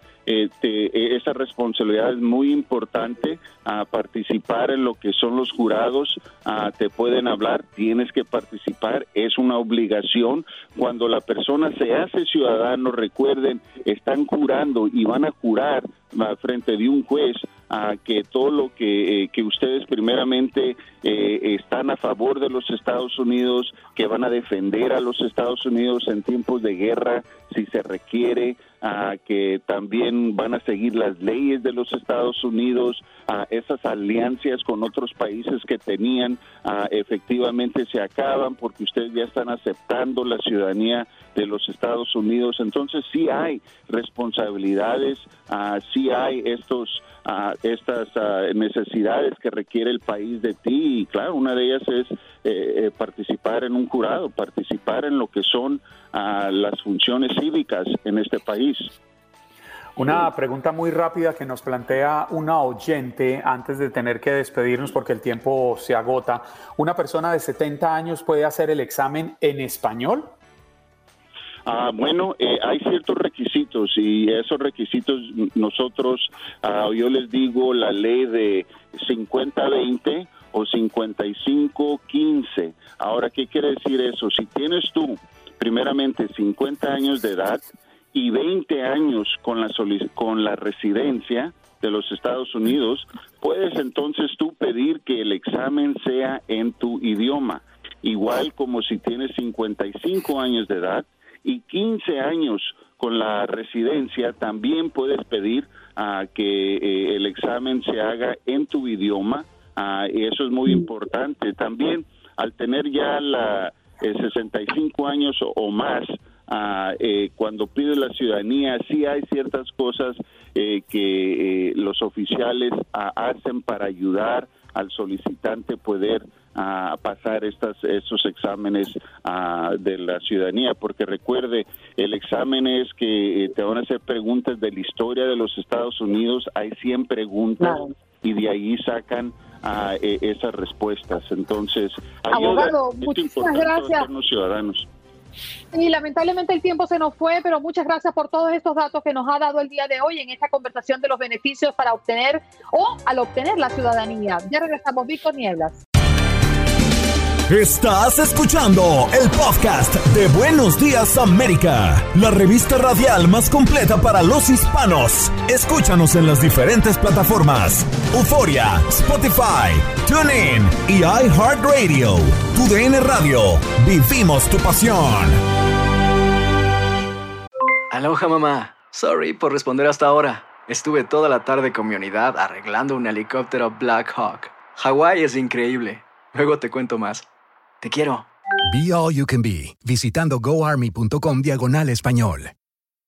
esa responsabilidad es muy importante, participar en lo que son los jurados, te pueden hablar, tienes que participar, es una obligación. Cuando la persona se hace ciudadano, recuerden, están jurando y van a jurar frente de un juez que todo lo que ustedes primeramente están a favor de los Estados Unidos, que van a defender a los Estados Unidos en tiempos de guerra si se requiere, que también van a seguir las leyes de los Estados Unidos, esas alianzas con otros países que tenían efectivamente se acaban porque ustedes ya están aceptando la ciudadanía de los Estados Unidos. Entonces sí hay responsabilidades, sí hay estas necesidades que requiere el país de ti, y claro, una de ellas es participar en un jurado, participar en lo que son las funciones cívicas en este país. Una pregunta muy rápida que nos plantea una oyente antes de tener que despedirnos porque el tiempo se agota. ¿Una persona de 70 años puede hacer el examen en español? Bueno, hay ciertos requisitos y esos requisitos nosotros, yo les digo la ley de 50-20 o 55-15. Ahora, ¿qué quiere decir eso? Si tienes tú primeramente 50 años de edad y 20 años con la residencia de los Estados Unidos, puedes entonces tú pedir que el examen sea en tu idioma. Igual como si tienes 55 años de edad y 15 años con la residencia, también puedes pedir que el examen se haga en tu idioma, y eso es muy importante. También al tener ya 65 años o más, cuando pides la ciudadanía, sí hay ciertas cosas que los oficiales hacen para ayudar al solicitante poder pasar estos exámenes de la ciudadanía, porque recuerde, el examen es que te van a hacer preguntas de la historia de los Estados Unidos, hay 100 preguntas, claro, y de ahí sacan esas respuestas. Entonces, abogado, muchísimas gracias. Los ciudadanos. Y lamentablemente el tiempo se nos fue, pero muchas gracias por todos estos datos que nos ha dado el día de hoy en esta conversación de los beneficios para obtener o al obtener la ciudadanía. Ya regresamos, Víctor Nieblas. Estás escuchando el podcast de Buenos Días América, la revista radial más completa para los hispanos. Escúchanos en las diferentes plataformas: Euforia, Spotify, TuneIn y iHeartRadio. TUDN Radio, vivimos tu pasión. Aloha, mamá. Sorry por responder hasta ahora. Estuve toda la tarde con mi unidad arreglando un helicóptero Black Hawk. Hawái es increíble. Luego te cuento más. Te quiero. Be All You Can Be, visitando goarmy.com/español.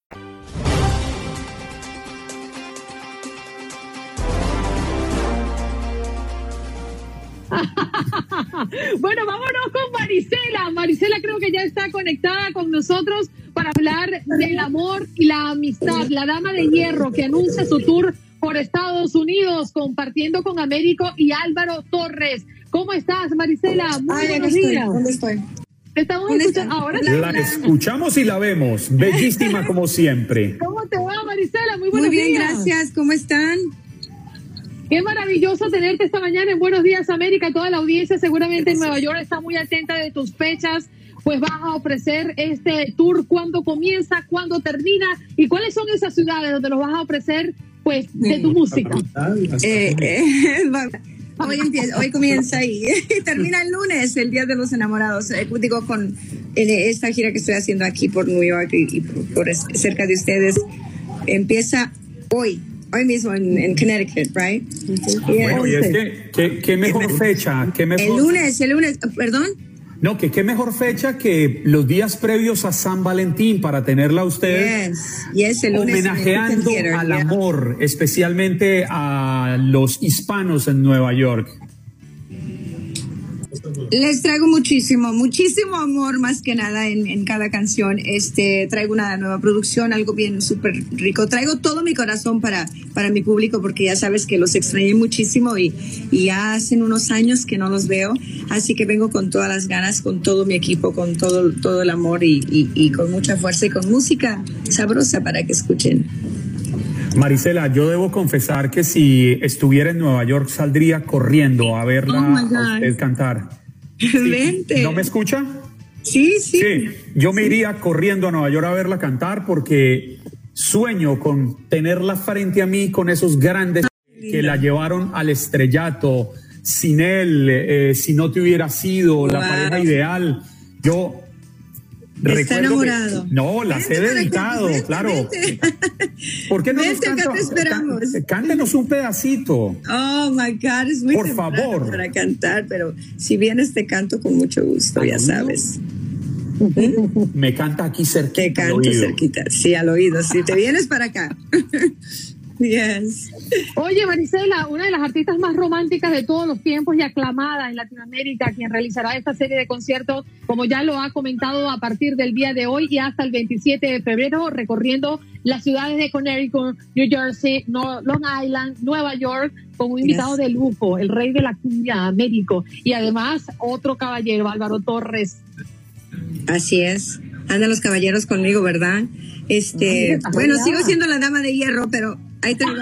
Bueno, vámonos con Marisela. Marisela creo que ya está conectada con nosotros para hablar del amor y la amistad. La dama de hierro que anuncia su tour por Estados Unidos, compartiendo con Américo y Álvaro Torres. ¿Cómo estás, Marisela? Muy buenos días. ¿Dónde estoy? Te estamos escuchando ahora. La escuchamos y la vemos. Bellísima como siempre. ¿Cómo te va, Marisela? Muy buenos días. Muy bien, gracias. ¿Cómo están? Qué maravilloso tenerte esta mañana en Buenos Días América. Toda la audiencia seguramente en Nueva York está muy atenta de tus fechas. Pues vas a ofrecer este tour. ¿Cuándo comienza? ¿Cuándo termina? ¿Y cuáles son esas ciudades donde los vas a ofrecer, pues, de tu música? Hoy comienza y termina el lunes, el Día de los Enamorados. Digo, con esta gira que estoy haciendo aquí por New York y por cerca de ustedes, empieza hoy mismo en Connecticut, right? Bueno, y es que, ¿qué mejor fecha? ¿Qué mejor? El lunes, perdón. No, que qué mejor fecha que los días previos a San Valentín para tenerla a usted el lunes homenajeando al amor, especialmente a los hispanos en Nueva York. Les traigo muchísimo amor, más que nada en cada canción. Traigo una nueva producción, algo bien súper rico. Traigo todo mi corazón para mi público, porque ya sabes que los extrañé muchísimo y ya hacen unos años que no los veo. Así que vengo con todas las ganas, con todo mi equipo, con todo el amor y con mucha fuerza y con música sabrosa para que escuchen. Marisela, yo debo confesar que si estuviera en Nueva York saldría corriendo a verla a usted cantar. Sí. Vente. ¿No me escucha? Sí. Yo me iría corriendo a Nueva York a verla cantar porque sueño con tenerla frente a mí con esos grandes que la llevaron al estrellato. Sin él, si no te hubiera sido la pareja ideal. Yo está enamorado. No, las he dedicado, claro. ¿Por qué no nos acá te esperamos. Cántenos un pedacito. Oh my God, es muy por favor para cantar, pero si vienes te canto con mucho gusto, ya sabes. Me canta aquí cerquita. Te canto cerquita, sí, al oído. Si te vienes para acá. Yes. Oye, Marisela, una de las artistas más románticas de todos los tiempos y aclamada en Latinoamérica, quien realizará esta serie de conciertos, como ya lo ha comentado, a partir del día de hoy y hasta el 27 de febrero, recorriendo las ciudades de Connecticut, New Jersey, Long Island, Nueva York, con un invitado de lujo, el rey de la cumbia, Américo, y además otro caballero, Álvaro Torres. Así es. Andan los caballeros conmigo, ¿verdad? Bueno, sigo siendo la dama de hierro, pero ahí traigo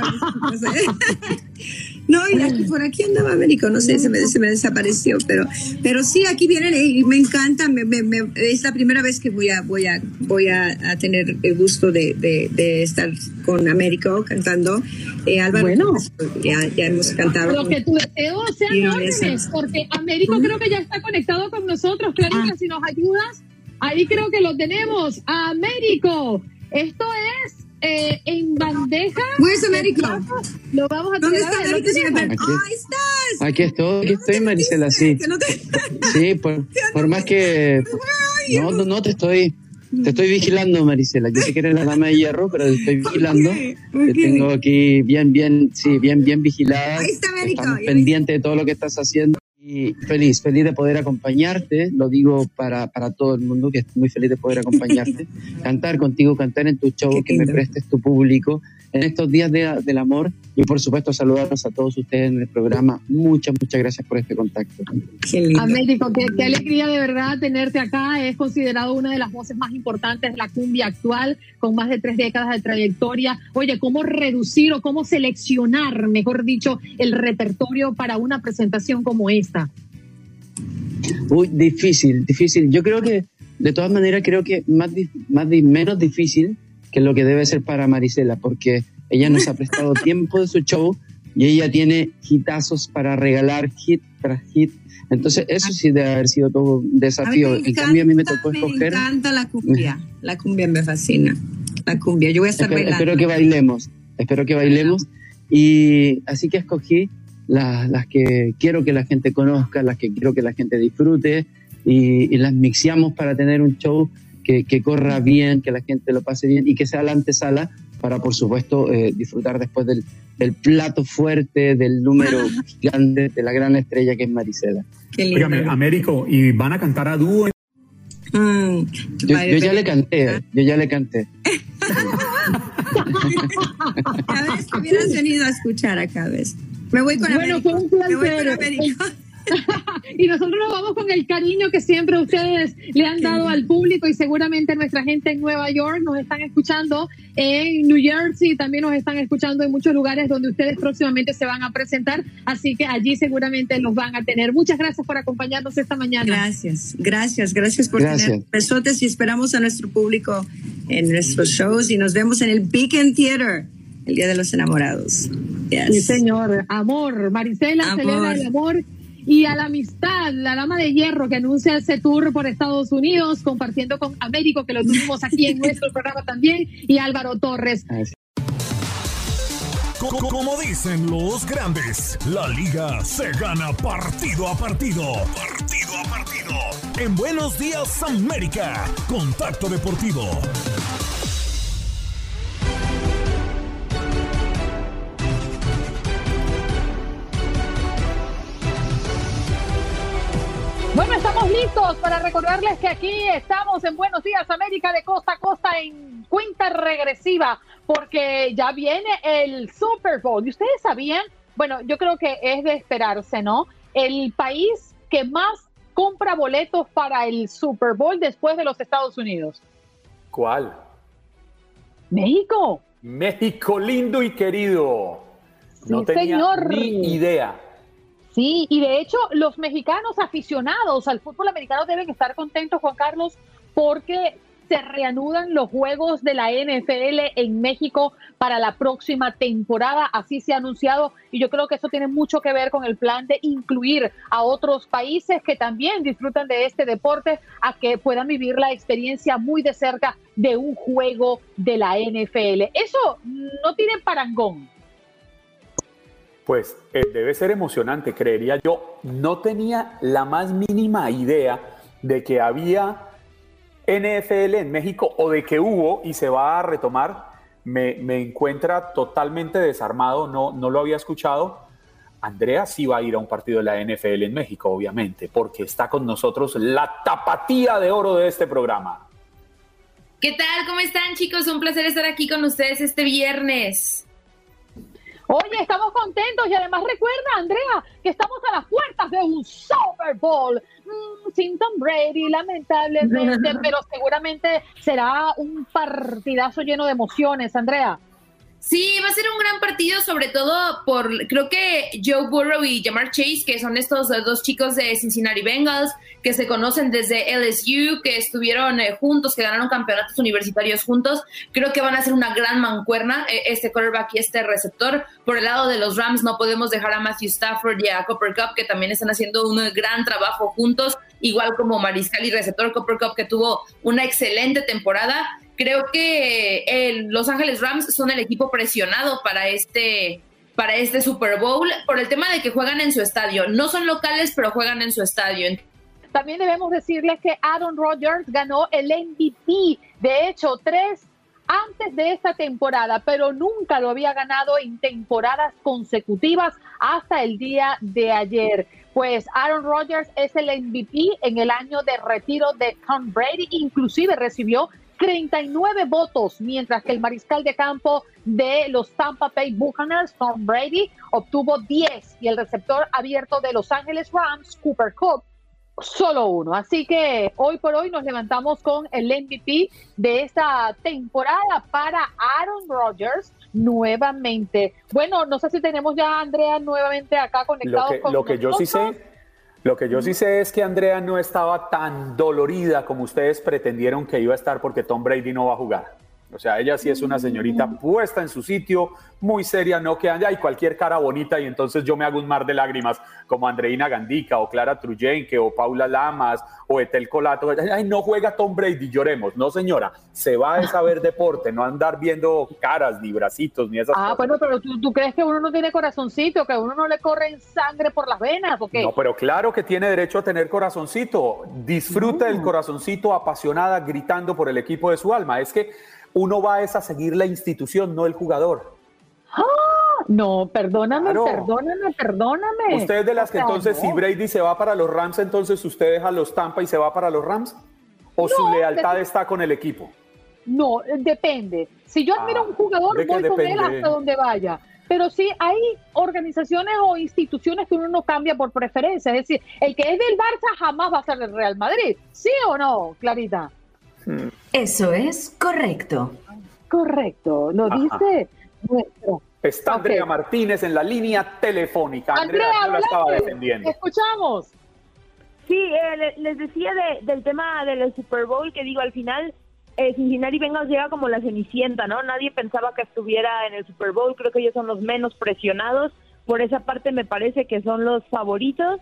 No, y por aquí andaba Américo, no sé, se me desapareció, pero sí, aquí vienen y me encanta, es la primera vez que voy a tener el gusto de estar con Américo cantando. Álvaro, bueno, ya hemos cantado. Lo que tus deseos sean órdenes, porque Américo creo que ya está conectado con nosotros. Clarita, si nos ayudas, ahí creo que lo tenemos. Américo, esto es en bandeja. ¿Where's Américo? Lo vamos a ¿Dónde está Américo? Ahí estás. Aquí estoy, Marisela, sí. Sí, por más que no te estoy vigilando, Marisela. Yo sé que eres la dama de hierro, pero te estoy vigilando. Te tengo aquí bien vigilada. Ahí está Américo. Estamos pendientes de todo lo que estás haciendo. Y feliz de poder acompañarte, lo digo para todo el mundo, que estoy muy feliz de poder acompañarte, cantar contigo, cantar en tu show, que me prestes tu público en estos días del amor y por supuesto saludarlos a todos ustedes en el programa. Muchas gracias por este contacto. Américo, qué alegría de verdad tenerte acá. Es considerado una de las voces más importantes de la cumbia actual, con más de 3 décadas de trayectoria. Oye, ¿cómo reducir o cómo seleccionar, mejor dicho, el repertorio para una presentación como esta? Uy, difícil. Yo creo que, de todas maneras, menos difícil que lo que debe ser para Marisela, porque ella nos ha prestado tiempo de su show y ella tiene hitazos para regalar, hit tras hit. Entonces, eso sí debe haber sido todo un desafío. En cambio, a mí me tocó escoger. Me encanta la cumbia. La cumbia me fascina. La cumbia. Yo voy a estar bailando. Espero que bailemos. Y así que escogí las que quiero que la gente conozca, las que quiero que la gente disfrute y las mixeamos para tener un show que corra bien, que la gente lo pase bien y que sea la antesala para, por supuesto, disfrutar después del plato fuerte, del número gigante, de la gran estrella que es Marisela. Oígame, Américo, ¿y van a cantar a dúo? Yo ya le canté. Cada vez que hubieras venido a escuchar acá, ¿ves? Me voy con Américo. Fue un placer. Y nosotros nos vamos con el cariño que siempre ustedes le han dado al público y seguramente nuestra gente en Nueva York nos están escuchando, en New Jersey también nos están escuchando, en muchos lugares donde ustedes próximamente se van a presentar, así que allí seguramente los van a tener. Muchas gracias por acompañarnos esta mañana. Gracias por tener besotes y esperamos a nuestro público en nuestros shows y nos vemos en el Beacon Theater el Día de los Enamorados. Yes. Sí, señor. Amor. Marisela celebra el amor y a la amistad, la dama de hierro que anuncia ese tour por Estados Unidos, compartiendo con Américo, que lo tuvimos aquí en nuestro programa también, y Álvaro Torres. Como dicen los grandes, la liga se gana partido a partido. Partido a partido. En Buenos Días América, Contacto Deportivo. Bueno, estamos listos para recordarles que aquí estamos en Buenos Días América de costa a costa en cuenta regresiva, porque ya viene el Super Bowl. ¿Y ustedes sabían? Bueno, yo creo que es de esperarse, ¿no? El país que más compra boletos para el Super Bowl después de los Estados Unidos. ¿Cuál? México. México lindo y querido. No Sí, tenía señor. ni idea. Sí, y de hecho los mexicanos aficionados al fútbol americano deben estar contentos, Juan Carlos, porque se reanudan los juegos de la NFL en México para la próxima temporada, así se ha anunciado, y yo creo que eso tiene mucho que ver con el plan de incluir a otros países que también disfrutan de este deporte, a que puedan vivir la experiencia muy de cerca de un juego de la NFL. Eso no tiene parangón. Pues debe ser emocionante, creería yo. No tenía la más mínima idea de que había NFL en México o de que hubo y se va a retomar. Me encuentra totalmente desarmado, no lo había escuchado. Andrea sí va a ir a un partido de la NFL en México, obviamente, porque está con nosotros la tapatía de oro de este programa. ¿Qué tal? ¿Cómo están, chicos? Un placer estar aquí con ustedes este viernes. Oye, estamos contentos y además recuerda, Andrea, que estamos a las puertas de un Super Bowl. Sin Tom Brady, lamentablemente, pero seguramente será un partidazo lleno de emociones, Andrea. Sí, va a ser un gran partido, sobre todo creo que Joe Burrow y Ja'Marr Chase, que son estos dos chicos de Cincinnati Bengals, que se conocen desde LSU, que estuvieron juntos, que ganaron campeonatos universitarios juntos. Creo que van a ser una gran mancuerna, este quarterback y este receptor. Por el lado de los Rams no podemos dejar a Matthew Stafford y a Cooper Kupp, que también están haciendo un gran trabajo juntos, igual como mariscal y receptor Cooper Kupp, que tuvo una excelente temporada. Creo que Los Ángeles Rams son el equipo presionado para este Super Bowl por el tema de que juegan en su estadio. No son locales, pero juegan en su estadio. También debemos decirles que Aaron Rodgers ganó el MVP. De hecho, 3 antes de esta temporada, pero nunca lo había ganado en temporadas consecutivas hasta el día de ayer. Pues Aaron Rodgers es el MVP en el año de retiro de Tom Brady, inclusive recibió 39 votos, mientras que el mariscal de campo de los Tampa Bay Buccaneers, Tom Brady, obtuvo 10 y el receptor abierto de Los Ángeles Rams, Cooper Kupp, solo 1. Así que hoy por hoy nos levantamos con el MVP de esta temporada para Aaron Rodgers nuevamente. Bueno, no sé si tenemos ya a Andrea nuevamente acá conectados con nosotros. Lo que yo sí sé es que Andrea no estaba tan dolorida como ustedes pretendieron que iba a estar porque Tom Brady no va a jugar. O sea, ella sí es una señorita puesta en su sitio, muy seria, no que anda y cualquier cara bonita y entonces yo me hago un mar de lágrimas como Andreina Gandica o Clara Truyenque o Paula Lamas o Etel Colato. Ay, no juega Tom Brady, lloremos. No, señora, se va a saber deporte, no andar viendo caras ni bracitos ni esas cosas. Bueno, pero ¿tú crees que uno no tiene corazoncito, que a uno no le corre sangre por las venas o qué? No, pero claro que tiene derecho a tener corazoncito. Disfruta del corazoncito, apasionada, gritando por el equipo de su alma. Es que uno va a seguir la institución, no el jugador. No, perdóname. Usted es de las que entonces, si Brady se va para los Rams, entonces usted deja los Tampa y se va para los Rams, ¿o su lealtad está con el equipo? No, depende. Si yo admiro a un jugador, voy con él hasta donde vaya. Pero sí hay organizaciones o instituciones que uno no cambia por preferencia. Es decir, el que es del Barça jamás va a ser del Real Madrid. ¿Sí o no, Clarita? Eso es correcto. Correcto, lo dice nuestro. Está Andrea Martínez en la línea telefónica. Andrea, yo la estaba defendiendo. Escuchamos. Sí, les decía del tema del Super Bowl, que digo, al final Cincinnati Bengals llega como la cenicienta, ¿no? Nadie pensaba que estuviera en el Super Bowl, creo que ellos son los menos presionados, por esa parte me parece que son los favoritos,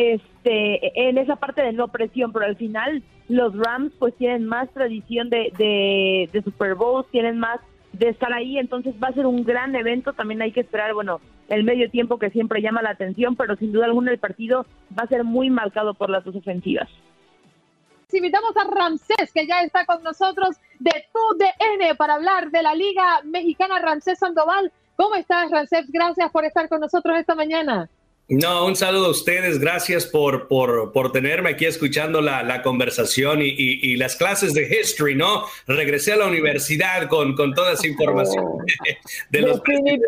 en esa parte de no presión, pero al final los Rams pues tienen más tradición de Super Bowls, tienen más de estar ahí, entonces va a ser un gran evento. También hay que esperar, bueno, el medio tiempo que siempre llama la atención, pero sin duda alguna el partido va a ser muy marcado por las dos ofensivas. Invitamos a Ramsés, que ya está con nosotros de TUDN para hablar de la Liga Mexicana. Ramsés Sandoval, ¿cómo estás, Ramsés? Gracias por estar con nosotros esta mañana. No, un saludo a ustedes, gracias por tenerme aquí escuchando la conversación y las clases de history, ¿no? Regresé a la universidad con toda esa información de los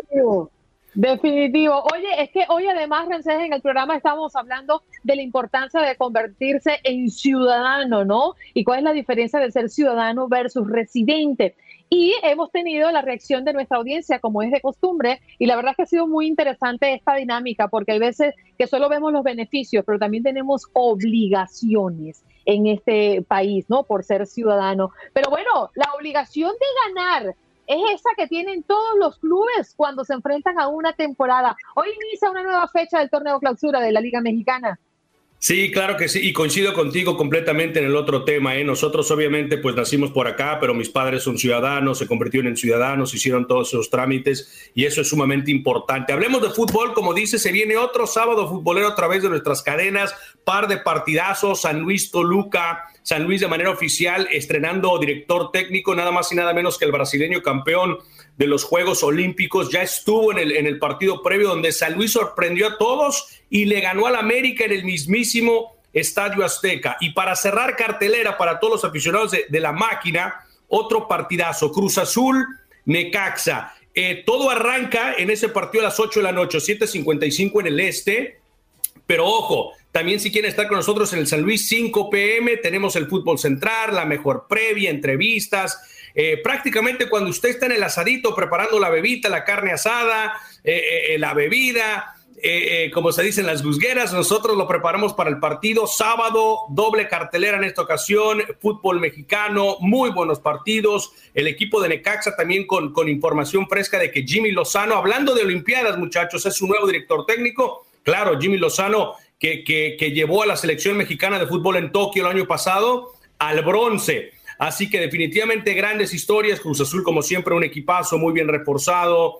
Definitivo. Oye, es que hoy además, Ramsés, en el programa estamos hablando de la importancia de convertirse en ciudadano, ¿no? Y cuál es la diferencia de ser ciudadano versus residente. Y hemos tenido la reacción de nuestra audiencia, como es de costumbre, y la verdad es que ha sido muy interesante esta dinámica, porque hay veces que solo vemos los beneficios, pero también tenemos obligaciones en este país, ¿no? Por ser ciudadano. Pero bueno, la obligación de ganar es esa que tienen todos los clubes cuando se enfrentan a una temporada. Hoy inicia una nueva fecha del torneo clausura de la Liga Mexicana. Sí, claro que sí, y coincido contigo completamente en el otro tema, ¿eh? Nosotros obviamente pues nacimos por acá, pero mis padres son ciudadanos, se convirtieron en ciudadanos, hicieron todos esos trámites y eso es sumamente importante. Hablemos de fútbol, como dice, se viene otro sábado futbolero a través de nuestras cadenas, par de partidazos, San Luis Toluca, San Luis de manera oficial estrenando director técnico, nada más y nada menos que el brasileño campeón de los Juegos Olímpicos, ya estuvo en el partido previo donde San Luis sorprendió a todos y le ganó al América en el mismísimo Estadio Azteca. Y para cerrar cartelera para todos los aficionados de la máquina, otro partidazo, Cruz Azul, Necaxa. Todo arranca en ese partido a las 8 de la noche, 7:55 en el este, pero ojo, también si quieren estar con nosotros en el San Luis, 5 p.m., tenemos el fútbol central, la mejor previa, entrevistas, prácticamente cuando usted está en el asadito preparando la bebita, la carne asada, la bebida, como se dicen las guzgueras, nosotros lo preparamos para el partido. Sábado, doble cartelera en esta ocasión, fútbol mexicano, muy buenos partidos, el equipo de Necaxa también con información fresca de que Jimmy Lozano, hablando de Olimpiadas, muchachos, es su nuevo director técnico. Claro, Jimmy Lozano que llevó a la selección mexicana de fútbol en Tokio el año pasado al bronce. Así que definitivamente grandes historias. Cruz Azul, como siempre, un equipazo muy bien reforzado.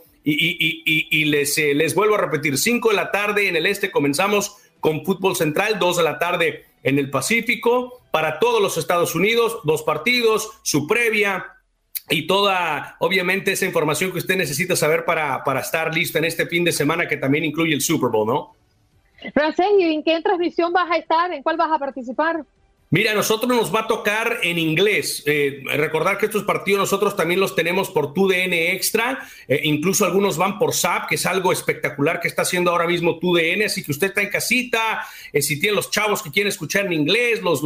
Y les vuelvo a repetir, 5 de la tarde en el este comenzamos con fútbol central, 2 de la tarde en el Pacífico. Para todos los Estados Unidos, 2 partidos, su previa y toda, obviamente, esa información que usted necesita saber para estar listo en este fin de semana que también incluye el Super Bowl, ¿no? Ramsés, ¿y en qué transmisión vas a estar? ¿En cuál vas a participar? Mira, a nosotros nos va a tocar en inglés. Recordar que estos partidos nosotros también los tenemos por TUDN Extra, incluso algunos van por ZAP, que es algo espectacular que está haciendo ahora mismo TUDN, así que usted está en casita, si tiene los chavos que quieren escuchar en inglés, los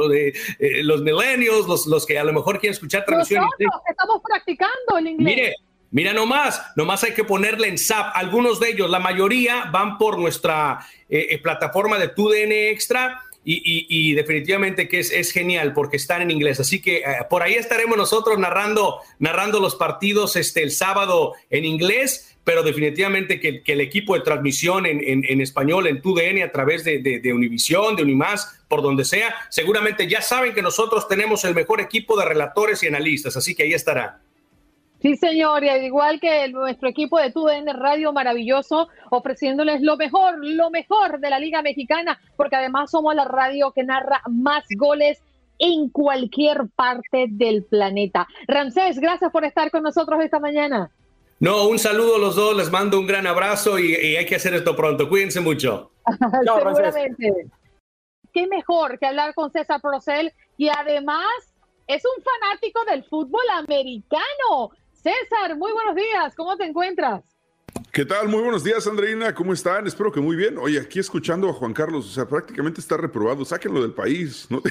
millennials, los que a lo mejor quieren escuchar transmisión en inglés. Nosotros estamos practicando el inglés. Mira nomás hay que ponerle en ZAP. Algunos de ellos, la mayoría, van por nuestra plataforma de TUDN Extra y definitivamente que es genial porque están en inglés. Así que por ahí estaremos nosotros narrando los partidos el sábado en inglés, pero definitivamente que el equipo de transmisión en español, en TUDN, a través de Univisión, de Unimás, por donde sea, seguramente ya saben que nosotros tenemos el mejor equipo de relatores y analistas, así que ahí estará. Sí, señor, y al igual que nuestro equipo de TUDN Radio maravilloso, ofreciéndoles lo mejor de la Liga Mexicana, porque además somos la radio que narra más goles en cualquier parte del planeta. Ramsés, gracias por estar con nosotros esta mañana. No, un saludo a los dos, les mando un gran abrazo y hay que hacer esto pronto. Cuídense mucho. Chao, seguramente. Qué mejor que hablar con César Procel, y además es un fanático del fútbol americano. César, muy buenos días, ¿cómo te encuentras? ¿Qué tal? Muy buenos días, Andreina, ¿cómo están? Espero que muy bien. Oye, aquí escuchando a Juan Carlos, o sea, prácticamente está reprobado, sáquenlo del país, ¿no?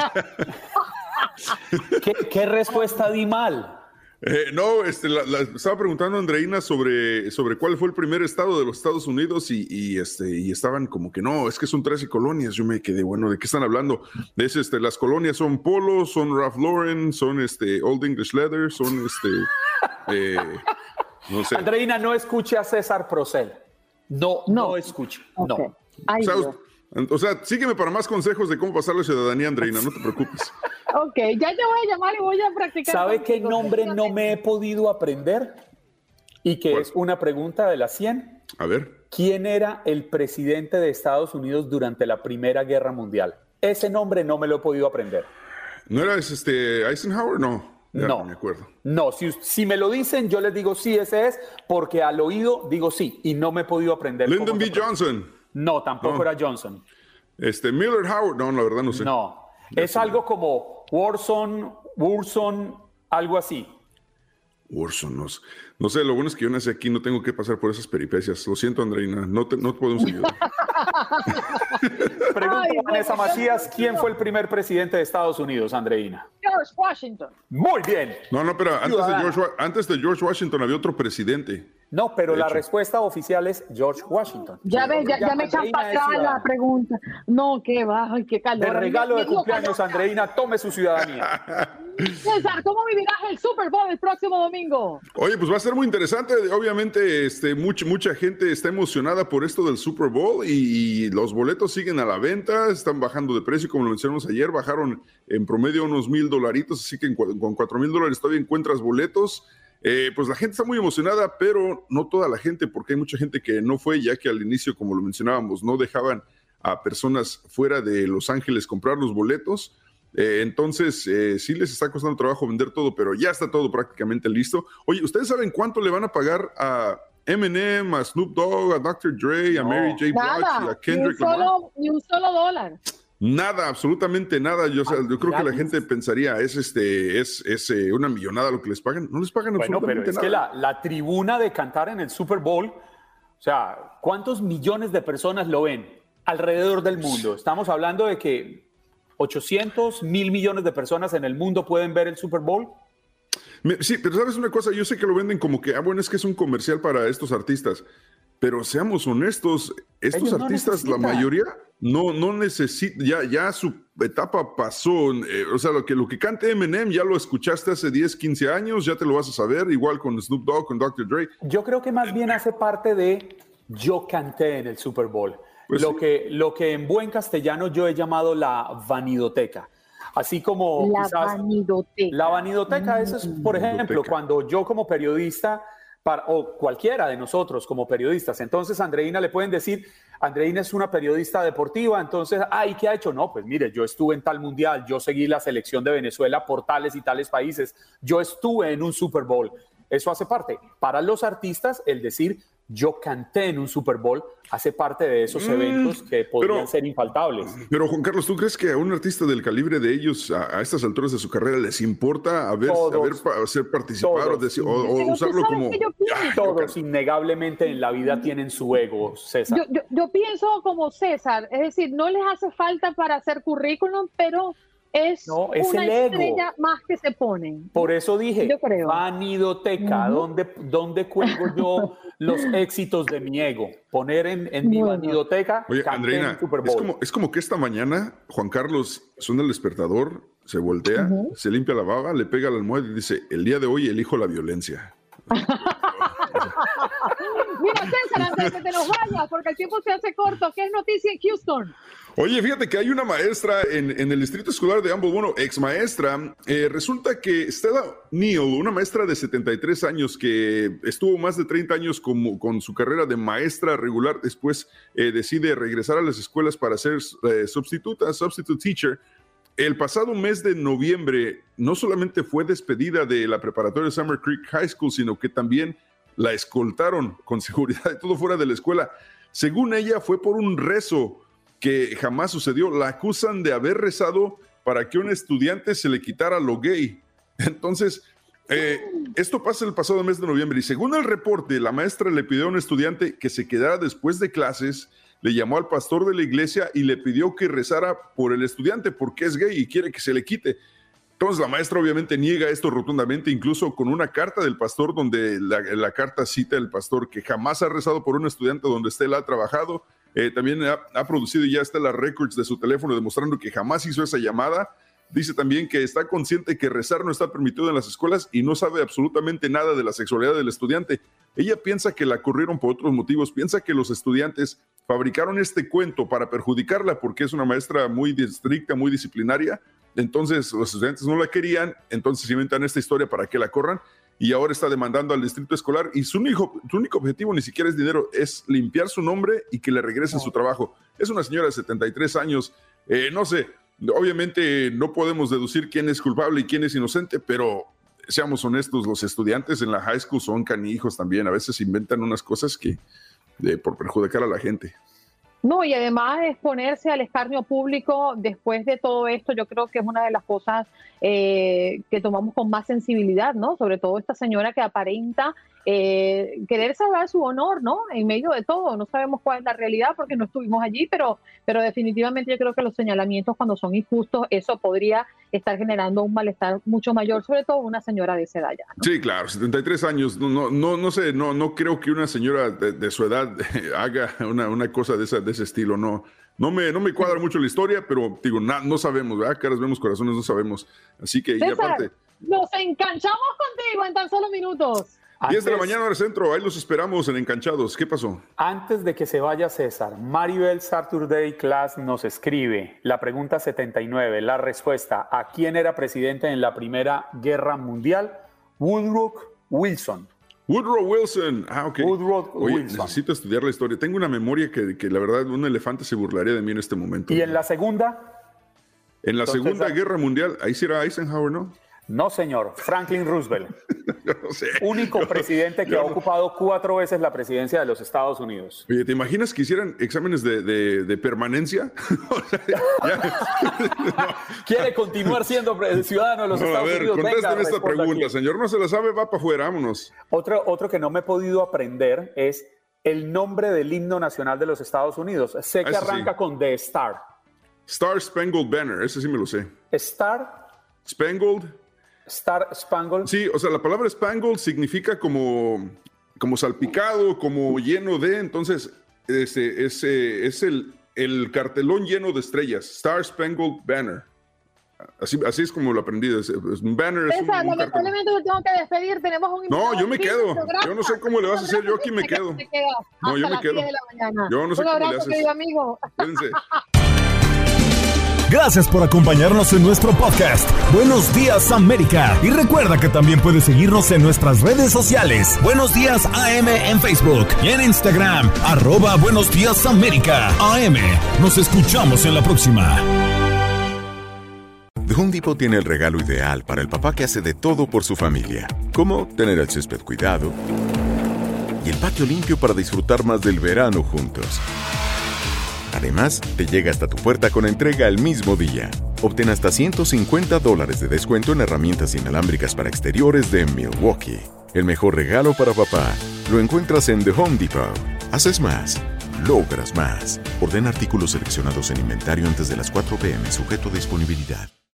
¿Qué respuesta di mal? No, estaba preguntando a Andreina sobre cuál fue el primer estado de los Estados Unidos y estaban como que no, es que son 13 colonias. Yo me quedé, bueno, ¿de qué están hablando? Las colonias son Polo, son Ralph Lauren, son Old English Leather, son no sé. Andreina, no escuche a César Procel. No escuche. Okay. No. O sea, O sea, sígueme para más consejos de cómo pasar la ciudadanía, Andreina, no te preocupes. Ok, ya te voy a llamar y voy a practicar. ¿Sabe qué nombre no me he podido aprender? Y que es una pregunta de las 100. A ver. ¿Quién era el presidente de Estados Unidos durante la Primera Guerra Mundial? Ese nombre no me lo he podido aprender. ¿No era Eisenhower? No. No me acuerdo. No, si me lo dicen, yo les digo sí, ese es, porque al oído digo sí, y no me he podido aprender. Lyndon B. Johnson. No, tampoco era Johnson. Millard Howard, no, la verdad no sé. No, es algo como Wilson, algo así. Wilson, no sé, lo bueno es que yo nací aquí, no tengo que pasar por esas peripecias. Lo siento, Andreina, no podemos ayudar. Pregunta Vanessa Macías, ¿quién fue el primer presidente de Estados Unidos, Andreina? George Washington. Muy bien. No, pero antes de George Washington había otro presidente. No, pero la respuesta oficial es George Washington. Ya ves, ya me echan para atrás la pregunta. No, qué bajo y qué calor. De regalo de cumpleaños, Andreina, tome su ciudadanía. César, ¿cómo vivirás el Super Bowl el próximo domingo? Oye, pues va a ser muy interesante. Obviamente, mucha gente está emocionada por esto del Super Bowl y los boletos siguen a la venta, están bajando de precio, como lo mencionamos ayer, bajaron en promedio unos $1,000, así que con $4,000 todavía encuentras boletos. Pues la gente está muy emocionada, pero no toda la gente, porque hay mucha gente que no fue, ya que al inicio, como lo mencionábamos, no dejaban a personas fuera de Los Ángeles comprar los boletos. Entonces, sí les está costando trabajo vender todo, pero ya está todo prácticamente listo. Oye, ¿ustedes saben cuánto le van a pagar a Eminem, a Snoop Dogg, a Dr. Dre, a Mary J. Blige y a Kendrick Lamar? Ni un solo dólar. Nada, absolutamente nada. Yo creo que la gente pensaría, es una millonada lo que les pagan. No les pagan absolutamente nada. Bueno, pero es que la tribuna de cantar en el Super Bowl, o sea, ¿cuántos millones de personas lo ven alrededor del mundo? Estamos hablando de que 800, 1,000 millones de personas en el mundo pueden ver el Super Bowl. Sí, pero ¿sabes una cosa? Yo sé que lo venden como que, bueno, es que es un comercial para estos artistas. Pero seamos honestos, estos artistas, la mayoría, no necesitan, ya su etapa pasó. O sea, lo que cante Eminem ya lo escuchaste hace 10, 15 años, ya te lo vas a saber, igual con Snoop Dogg, con Dr. Dre. Yo creo que más bien hace parte de yo canté en el Super Bowl. Pues lo que en buen castellano yo he llamado la vanidoteca. Así como La vanidoteca, eso es, por ejemplo, cuando yo como periodista, o cualquiera de nosotros como periodistas, entonces a Andreina le pueden decir, Andreina es una periodista deportiva, entonces, ¿y qué ha hecho? No, pues mire, yo estuve en tal mundial, yo seguí la selección de Venezuela por tales y tales países, yo estuve en un Super Bowl. Eso hace parte. Para los artistas, el decir yo canté en un Super Bowl hace parte de esos eventos que podrían ser infaltables. Pero Juan Carlos, ¿tú crees que a un artista del calibre de ellos, a estas alturas de su carrera, les importa ser participar o usarlo como... Todos innegablemente en la vida tienen su ego, César. Yo pienso como César, es decir, no les hace falta para hacer currículum, pero... Es una estrella más que se ponen. Por eso dije, vanidoteca, ¿dónde cuelgo yo los éxitos de mi ego? Poner en mi vanidoteca. Oye, Andreina, es como que esta mañana Juan Carlos suena el despertador, se voltea, se limpia la baba, le pega la almohada y dice, el día de hoy elijo la violencia. Mira, César, antes de que te nos vayas, porque el tiempo se hace corto, ¿qué es noticia en Houston? Oye, fíjate que hay una maestra en el distrito escolar de Humble, ex maestra. Resulta que Stella Neal, una maestra de 73 años que estuvo más de 30 años con su carrera de maestra regular, después decide regresar a las escuelas para ser substitute teacher. El pasado mes de noviembre no solamente fue despedida de la preparatoria Summer Creek High School, sino que también la escoltaron con seguridad y todo fuera de la escuela. Según ella, fue por un rezo que jamás sucedió. La acusan de haber rezado para que un estudiante se le quitara lo gay. Entonces, esto pasa el pasado mes de noviembre y según el reporte, la maestra le pidió a un estudiante que se quedara después de clases, le llamó al pastor de la iglesia y le pidió que rezara por el estudiante porque es gay y quiere que se le quite. Entonces la maestra obviamente niega esto rotundamente, incluso con una carta del pastor donde la carta cita al pastor que jamás ha rezado por un estudiante donde Stella ha trabajado. También ha producido ya hasta las records de su teléfono demostrando que jamás hizo esa llamada. Dice también que está consciente que rezar no está permitido en las escuelas y no sabe absolutamente nada de la sexualidad del estudiante. Ella piensa que la corrieron por otros motivos, piensa que los estudiantes fabricaron este cuento para perjudicarla porque es una maestra muy estricta, muy disciplinaria. Entonces los estudiantes no la querían, entonces inventan esta historia para que la corran y ahora está demandando al distrito escolar y su único objetivo ni siquiera es dinero, es limpiar su nombre y que le regresen su trabajo. Es una señora de 73 años, no sé, obviamente no podemos deducir quién es culpable y quién es inocente, pero seamos honestos, los estudiantes en la high school son canijos también, a veces inventan unas cosas que por perjudicar a la gente. No, y además exponerse al escarnio público después de todo esto, yo creo que es una de las cosas que tomamos con más sensibilidad, ¿no? Sobre todo esta señora que aparenta querer salvar su honor, ¿no? En medio de todo, no sabemos cuál es la realidad porque no estuvimos allí, pero definitivamente yo creo que los señalamientos cuando son injustos, eso podría estar generando un malestar mucho mayor, sobre todo una señora de esa edad ya, ¿no? Sí, claro, 73 años, no sé, no creo que una señora de su edad haga una cosa de ese estilo, no me cuadra mucho la historia, pero digo, no sabemos, ¿verdad? Caras vemos, corazones no sabemos, así que César, y aparte... nos enganchamos contigo en tan solo minutos. 10 de la mañana hora centro, ahí los esperamos en Encanchados. ¿Qué pasó? Antes de que se vaya César, Maribel Saturday Class nos escribe la pregunta 79, la respuesta: ¿a quién era presidente en la Primera Guerra Mundial? Woodrow Wilson. Woodrow Wilson. Ok. Woodrow Wilson. Necesito estudiar la historia. Tengo una memoria que la verdad un elefante se burlaría de mí en este momento. ¿Y en la segunda? En la Segunda Guerra Mundial, ahí sí era Eisenhower, ¿no? No, señor. Franklin Roosevelt. No sé. Único presidente que ha ocupado 4 veces la presidencia de los Estados Unidos. Oye, ¿te imaginas que hicieran exámenes de permanencia? O sea, no. ¿Quiere continuar siendo ciudadano de los Estados Unidos? A ver, contéstame esta pregunta, aquí. Señor. No se la sabe, va para afuera, vámonos. Otro que no me he podido aprender es el nombre del himno nacional de los Estados Unidos. Sé que arranca con The Star. Star Spangled Banner, ese sí me lo sé. Star Spangled. Star Spangled. Sí, o sea, la palabra spangled significa como salpicado, como lleno de, entonces es el cartelón lleno de estrellas, Star Spangled Banner. Así es como lo aprendí, es un banner. César, lamentablemente te tengo que despedir, tenemos un... No, yo me quedo, yo no sé cómo le vas a hacer, yo aquí me quedo. No, yo me quedo. Yo no sé cómo le haces. Querido amigo. Cuídense. Gracias por acompañarnos en nuestro podcast Buenos Días América. Y recuerda que también puedes seguirnos en nuestras redes sociales. Buenos Días AM en Facebook y en Instagram, @Buenos Días América AM. Nos escuchamos en la próxima. The Home Depot tiene el regalo ideal para el papá que hace de todo por su familia. Como tener el césped cuidado y el patio limpio para disfrutar más del verano juntos. Además, te llega hasta tu puerta con entrega el mismo día. Obtén hasta $150 de descuento en herramientas inalámbricas para exteriores de Milwaukee. El mejor regalo para papá lo encuentras en The Home Depot. Haces más, logras más. Ordena artículos seleccionados en inventario antes de las 4 p.m. sujeto a disponibilidad.